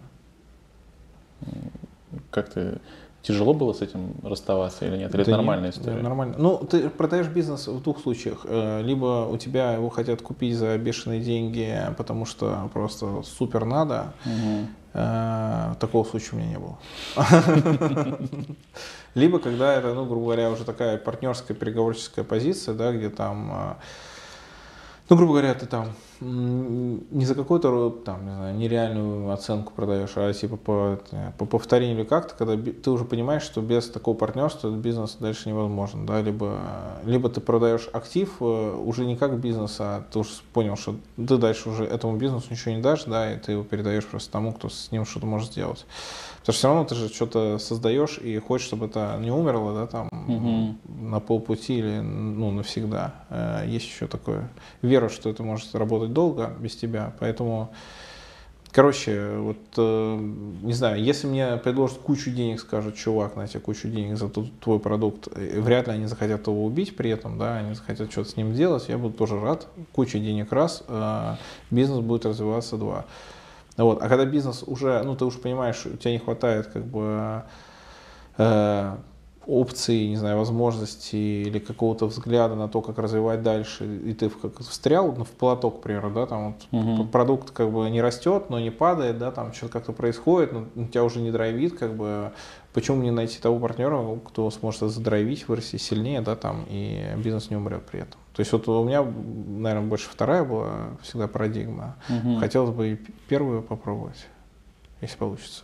S1: Как ты... Тяжело было с этим расставаться или нет? Или
S2: да
S1: это
S2: нет,
S1: нормальная история?
S2: Да, нормально. Ну, ты продаешь бизнес в двух случаях. Либо у тебя его хотят купить за бешеные деньги, потому что просто супер надо. Угу. Такого случая у меня не было. Либо когда это, ну, грубо говоря, уже такая партнерская переговорческая позиция, да, где там, ну, грубо говоря, ты там не за какую-то там, не знаю, нереальную оценку продаешь, а типа по, по повторению или как-то, когда ты уже понимаешь, что без такого партнерства бизнес дальше невозможен, да, либо, либо ты продаешь актив уже не как бизнес, а ты уже понял, что ты дальше уже этому бизнесу ничего не дашь, да, и ты его передаешь просто тому, кто с ним что-то может сделать. Потому что все равно ты же что-то создаешь и хочешь, чтобы это не умерло, да, там, угу. на полпути или, ну, навсегда. Есть еще такое вера, что это может работать долго без тебя, поэтому, короче, вот, не знаю, если мне предложат кучу денег, скажут, чувак, на тебе кучу денег за твой продукт, вряд ли они захотят его убить при этом, да, они захотят что-то с ним делать, я буду тоже рад, куча денег раз, бизнес будет развиваться два. Вот. А когда бизнес уже, ну, ты уже понимаешь, у тебя не хватает как бы э, опций, не знаю, возможностей или какого-то взгляда на то, как развивать дальше, и ты в, как, встрял ну, в платок, к примеру, да, там вот, угу. продукт как бы не растет, но не падает, да, там что-то как-то происходит, но у тебя уже не драйвит, как бы, почему не найти того партнера, кто сможет это задрайвить, вырасти сильнее, да, там, и бизнес не умрет при этом. То есть вот у меня, наверное, больше вторая была всегда парадигма. Угу. Хотелось бы и первую попробовать, если получится.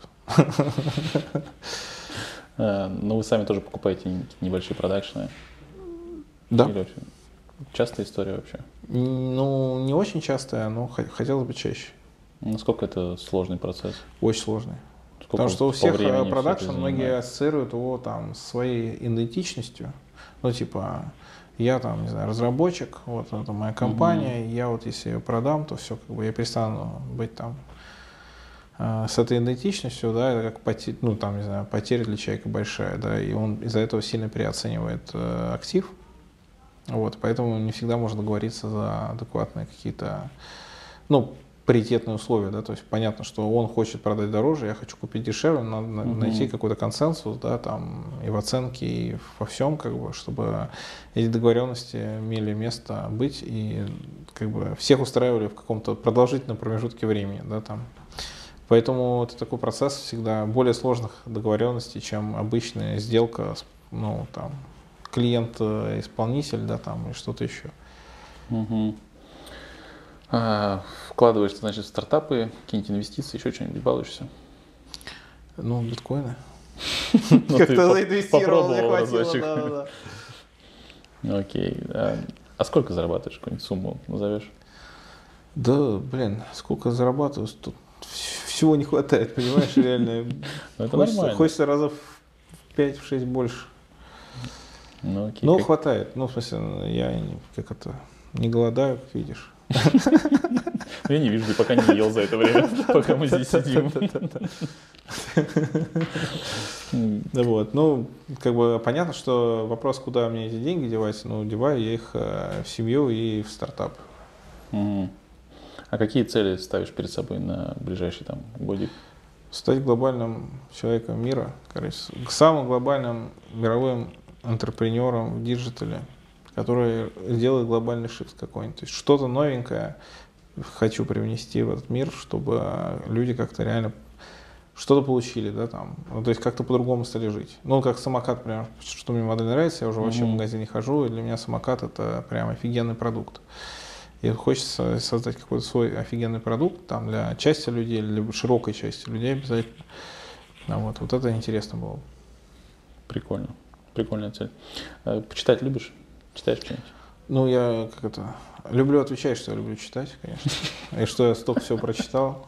S1: Но вы сами тоже покупаете небольшие продакшены?
S2: Да.
S1: Или вообще частая история вообще?
S2: Ну, не очень частая, но хотелось бы чаще.
S1: Насколько это сложный процесс?
S2: Очень сложный.
S1: Сколько
S2: Потому что у всех продакшн многие ассоциируют его там с своей идентичностью. Ну, типа, я там, не знаю, разработчик, вот это моя компания, угу. я вот если ее продам, то все, как бы я перестану быть там с этой идентичностью, да, это как потеря, ну, там, не знаю, потеря для человека большая, да, и он из-за этого сильно переоценивает э, актив, вот, поэтому не всегда можно договориться за адекватные какие-то, ну, паритетные условия, да, то есть понятно, что он хочет продать дороже, я хочу купить дешевле, надо mm-hmm. найти какой-то консенсус, да, там, и в оценке, и во всем, как бы, чтобы эти договоренности имели место быть и, как бы, всех устраивали в каком-то продолжительном промежутке времени, да, там. Поэтому это такой процесс всегда более сложных договоренностей, чем обычная сделка, ну, там, клиент-исполнитель, да, там, и что-то еще.
S1: Угу. А, вкладываешься, значит, в стартапы, какие-нибудь инвестиции, еще что-нибудь, балуешься?
S2: Ну, биткоины. Как-то заинвестировал, не хватило, да-да-да.
S1: Окей. А, а сколько зарабатываешь? Какую-нибудь сумму назовешь?
S2: Да, блин, сколько зарабатываю, тут всего не хватает, понимаешь, реально.
S1: Ну, это
S2: Хочется,
S1: нормально.
S2: хочется раза в пять-шесть больше.
S1: Ну, окей.
S2: Ну,
S1: Как-
S2: хватает. Ну, в смысле, я не- как это, не голодаю, как видишь.
S1: Я не вижу, ты пока не ел за это время, пока мы здесь сидим. М,
S2: Да вот, ну, как бы понятно, что вопрос, куда мне эти деньги девать, ну, деваю я их э, в семью и в стартап.
S1: мгм. А какие цели ставишь перед собой на ближайший там годик?
S2: Стать глобальным человеком мира, короче, к самым глобальным мировым интерпренером в диджитале, который делает глобальный шифт какой-нибудь. То есть что-то новенькое хочу привнести в этот мир, чтобы люди как-то реально что-то получили, да, там, ну, то есть как-то по-другому стали жить. Ну, как самокат, например, что мне модель нравится, я уже вообще в
S1: Мгм.
S2: магазин не хожу, и для меня самокат это прям офигенный продукт. И хочется создать какой-то свой офигенный продукт там для части людей, для широкой части людей обязательно. А вот, вот это интересно было.
S1: Прикольно. Прикольная цель. А почитать любишь? Читаешь что-нибудь?
S2: Ну, я как это, люблю отвечать, что я люблю читать, конечно. И что я столько всего прочитал.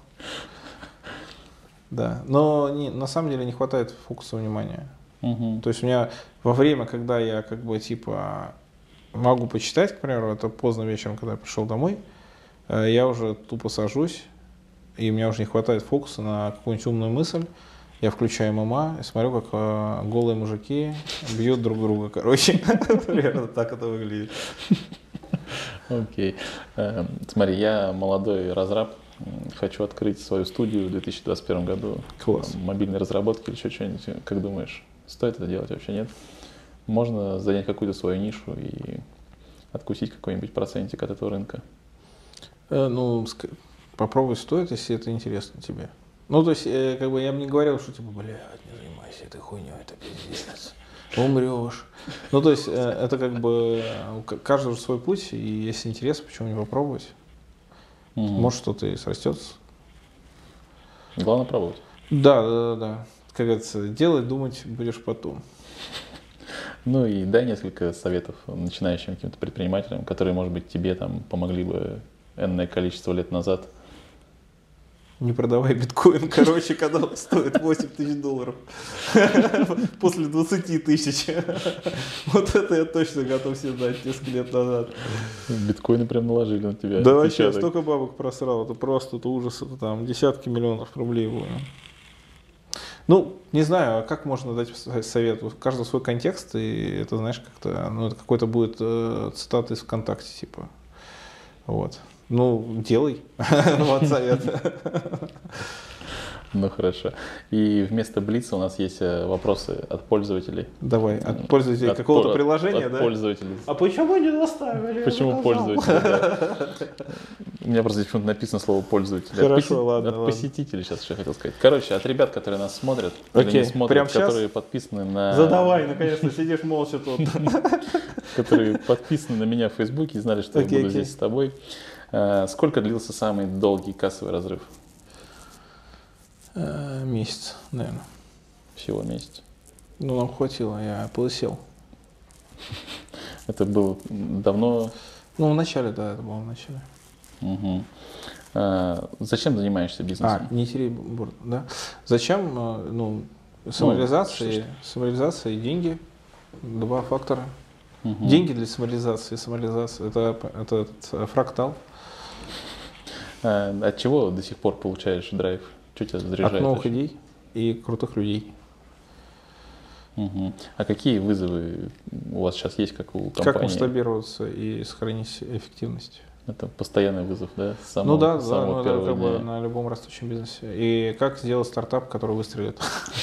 S2: Да, но не, на самом деле не хватает фокуса внимания.
S1: Мгм.
S2: То есть у меня во время, когда я как бы типа могу почитать, к примеру, это поздно вечером, когда я пришел домой, э, я уже тупо сажусь, и у меня уже не хватает фокуса на какую-нибудь умную мысль. Я включаю ММА и смотрю, как э, голые мужики бьют друг друга, короче. Примерно так это выглядит.
S1: Окей. Эм, Смотри, я молодой разраб, м, хочу открыть свою студию в две тысячи двадцать первом году.
S2: Класс.
S1: Там, мобильной разработки или еще что-нибудь. Как думаешь, стоит это делать вообще, нет? Можно занять какую-то свою нишу и откусить какой-нибудь процентик от этого рынка?
S2: Э, Ну, ск- попробуй стоит, если это интересно тебе. Ну, то есть, э, как бы я бы не говорил, что типа, блядь, не занимайся этой хуйней, это пиздец, умрешь. Ну, то есть, э, это как бы э, у к- каждого же свой путь, и если интересно, почему не попробовать?
S1: Мгм.
S2: Может, что-то и срастется.
S1: Главное пробовать.
S2: Да, да, да, да. Как говорится, делай, думать будешь потом.
S1: Ну и дай несколько советов начинающим каким-то предпринимателям, которые, может быть, тебе там помогли бы энное количество лет назад.
S2: Не продавай биткоин, короче, когда он стоит восемь тысяч долларов. После двадцати тысяч. Вот это я точно готов себе дать несколько лет назад.
S1: Биткоины прям наложили на тебя.
S2: Да вообще,
S1: отпечаток.
S2: столько бабок просрал, это просто это ужас, это там десятки миллионов рублей было. Ну, не знаю, а как можно дать с- совет? У каждого свой контекст, и это, знаешь, как-то, ну, это какой-то будет э, цитата из ВКонтакте, типа. Вот. Ну, делай. Вот совет.
S1: Ну хорошо. И вместо Блица у нас есть э, вопросы от пользователей.
S2: Давай, от пользователей
S1: От
S2: какого-то
S1: по-
S2: приложения,
S1: от
S2: да?
S1: пользователей.
S2: А почему не доставили? Я
S1: Почему
S2: заказал.
S1: пользователи? Да. У меня просто здесь почему-то написано слово пользователь.
S2: Хорошо,
S1: от
S2: ладно,
S1: От
S2: ладно.
S1: посетителей сейчас еще хотел сказать. Короче, от ребят, которые нас смотрят, или
S2: Окей,
S1: не смотрят,
S2: прямо щас?
S1: которые подписаны на...
S2: Задавай, наконец-то, сидишь молча тут.
S1: которые подписаны на меня в Фейсбуке и знали, что я
S2: Окей,
S1: буду
S2: окей.
S1: здесь с тобой. Э, Сколько длился самый долгий кассовый разрыв?
S2: Э, Месяц, наверное.
S1: Всего месяц.
S2: Ну, нам хватило, я полысел.
S1: Это было давно.
S2: Ну, в начале, да, это было в начале.
S1: Мгм. Э, Зачем занимаешься
S2: А,
S1: бизнесом?
S2: не тери борт, да. Зачем? э, Ну, самореализация, самореализация и деньги. Два фактора.
S1: Мгм.
S2: Деньги для самореализации. Самореализация это, это, этот, э, фрактал.
S1: Э, От чего до сих пор получаешь драйв? Что тебя
S2: От
S1: заряжает?
S2: новых
S1: вообще?
S2: идей и крутых людей.
S1: Мгм. А какие вызовы у вас сейчас есть, как у
S2: Как
S1: компании?
S2: масштабироваться и сохранить эффективность.
S1: Это постоянный вызов, да? С
S2: Ну
S1: самого-
S2: да,
S1: с
S2: да,
S1: самого
S2: ну, это
S1: первого
S2: как бы
S1: дня.
S2: на любом растущем бизнесе. И как сделать стартап, который выстрелит?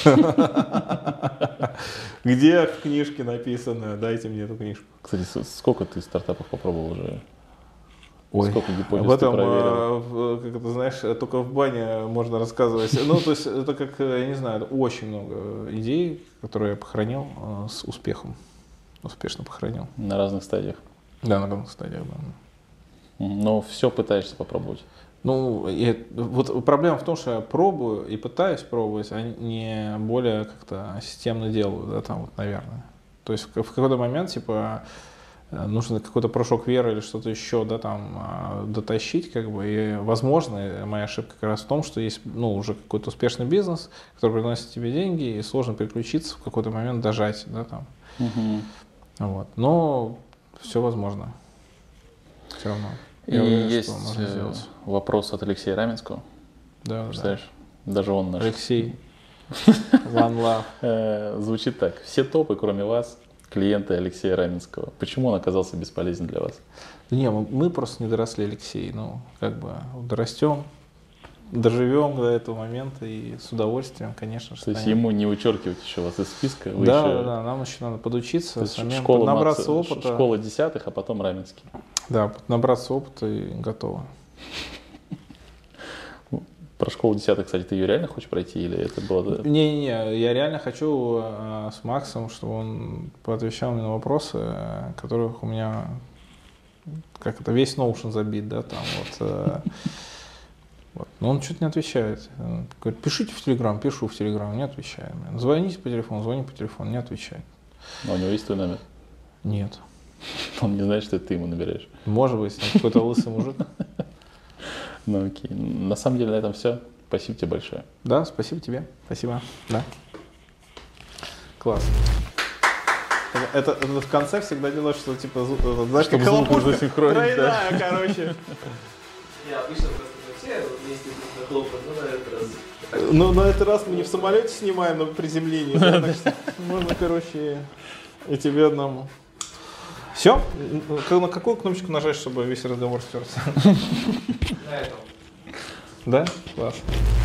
S2: Где в книжке написано? Дайте мне эту книжку.
S1: Кстати, с- сколько ты стартапов попробовал уже?
S2: Ой,
S1: Сколько гипотез
S2: об
S1: ты
S2: этом,
S1: проверил?
S2: э, в- как это знаешь, э, только в бане можно рассказывать. Ну, то есть это как, э, я не знаю, это очень много идей, которые я похоронил э, с успехом. Успешно похоронил.
S1: На разных стадиях.
S2: Да, на разных стадиях, да.
S1: Мгм. Но все пытаешься попробовать.
S2: Ну, и вот проблема в том, что я пробую и пытаюсь пробовать, а не более как-то системно делаю, да, там вот, наверное. То есть в в какой-то момент, типа, нужно какой-то порошок веры или что-то еще, да, там, дотащить, как бы, и, возможно, моя ошибка как раз в том, что есть, ну, уже какой-то успешный бизнес, который приносит тебе деньги, и сложно переключиться в какой-то момент, дожать, да, там.
S1: Угу.
S2: Вот. Но все возможно. Все равно.
S1: И
S2: Я уверен,
S1: есть
S2: что можно сделать.
S1: вопрос от Алексея Раменского.
S2: Да,
S1: представляешь? Да. Даже он наш.
S2: Алексей. One
S1: love. Звучит так. Все топы, кроме вас, клиенты Алексея Раменского. Почему он оказался бесполезен для вас?
S2: Да не, мы, мы просто не доросли, Алексей. Ну, как бы дорастем, доживем до этого момента и с удовольствием, конечно же.
S1: То есть ему не вычеркивать еще вас из списка? Вы
S2: да,
S1: еще...
S2: да, да, нам еще надо подучиться, самим,
S1: школа,
S2: набраться
S1: мац...
S2: опыта.
S1: Школа десятых, а потом Раменский.
S2: Да, набраться опыта и готово.
S1: Про школу десятых, кстати, ты ее реально хочешь пройти или это было...
S2: Не-не-не, я реально хочу э, с Максом, чтобы он поотвечал мне на вопросы, э, которых у меня, как это, весь Notion забит, да, там вот. Э, вот. Но он что-то не отвечает. Он говорит, пишите в Телеграм, пишу в Телеграм, не отвечает. Звоните по телефону, звони по телефону, не отвечает.
S1: А у него есть твой номер?
S2: Нет.
S1: Он не знает, что это ты ему набираешь?
S2: Может быть, какой-то лысый мужик.
S1: Ну окей. На самом деле на этом все. Спасибо тебе большое.
S2: Да, спасибо тебе. Спасибо. Да. Класс. Это, это в конце всегда делаешь, что типа, знаешь, как хлопушка тройная, короче.
S3: Не, обычно просто мы все вместе тут хлопаем, но на этот раз.
S2: Ну, на этот раз мы не в самолете снимаем, но в приземлении. Да, так что можно, короче, и тебе одному. Все? На какую кнопочку нажать, чтобы весь разговор стерся?
S3: На этом.
S2: Да? Класс.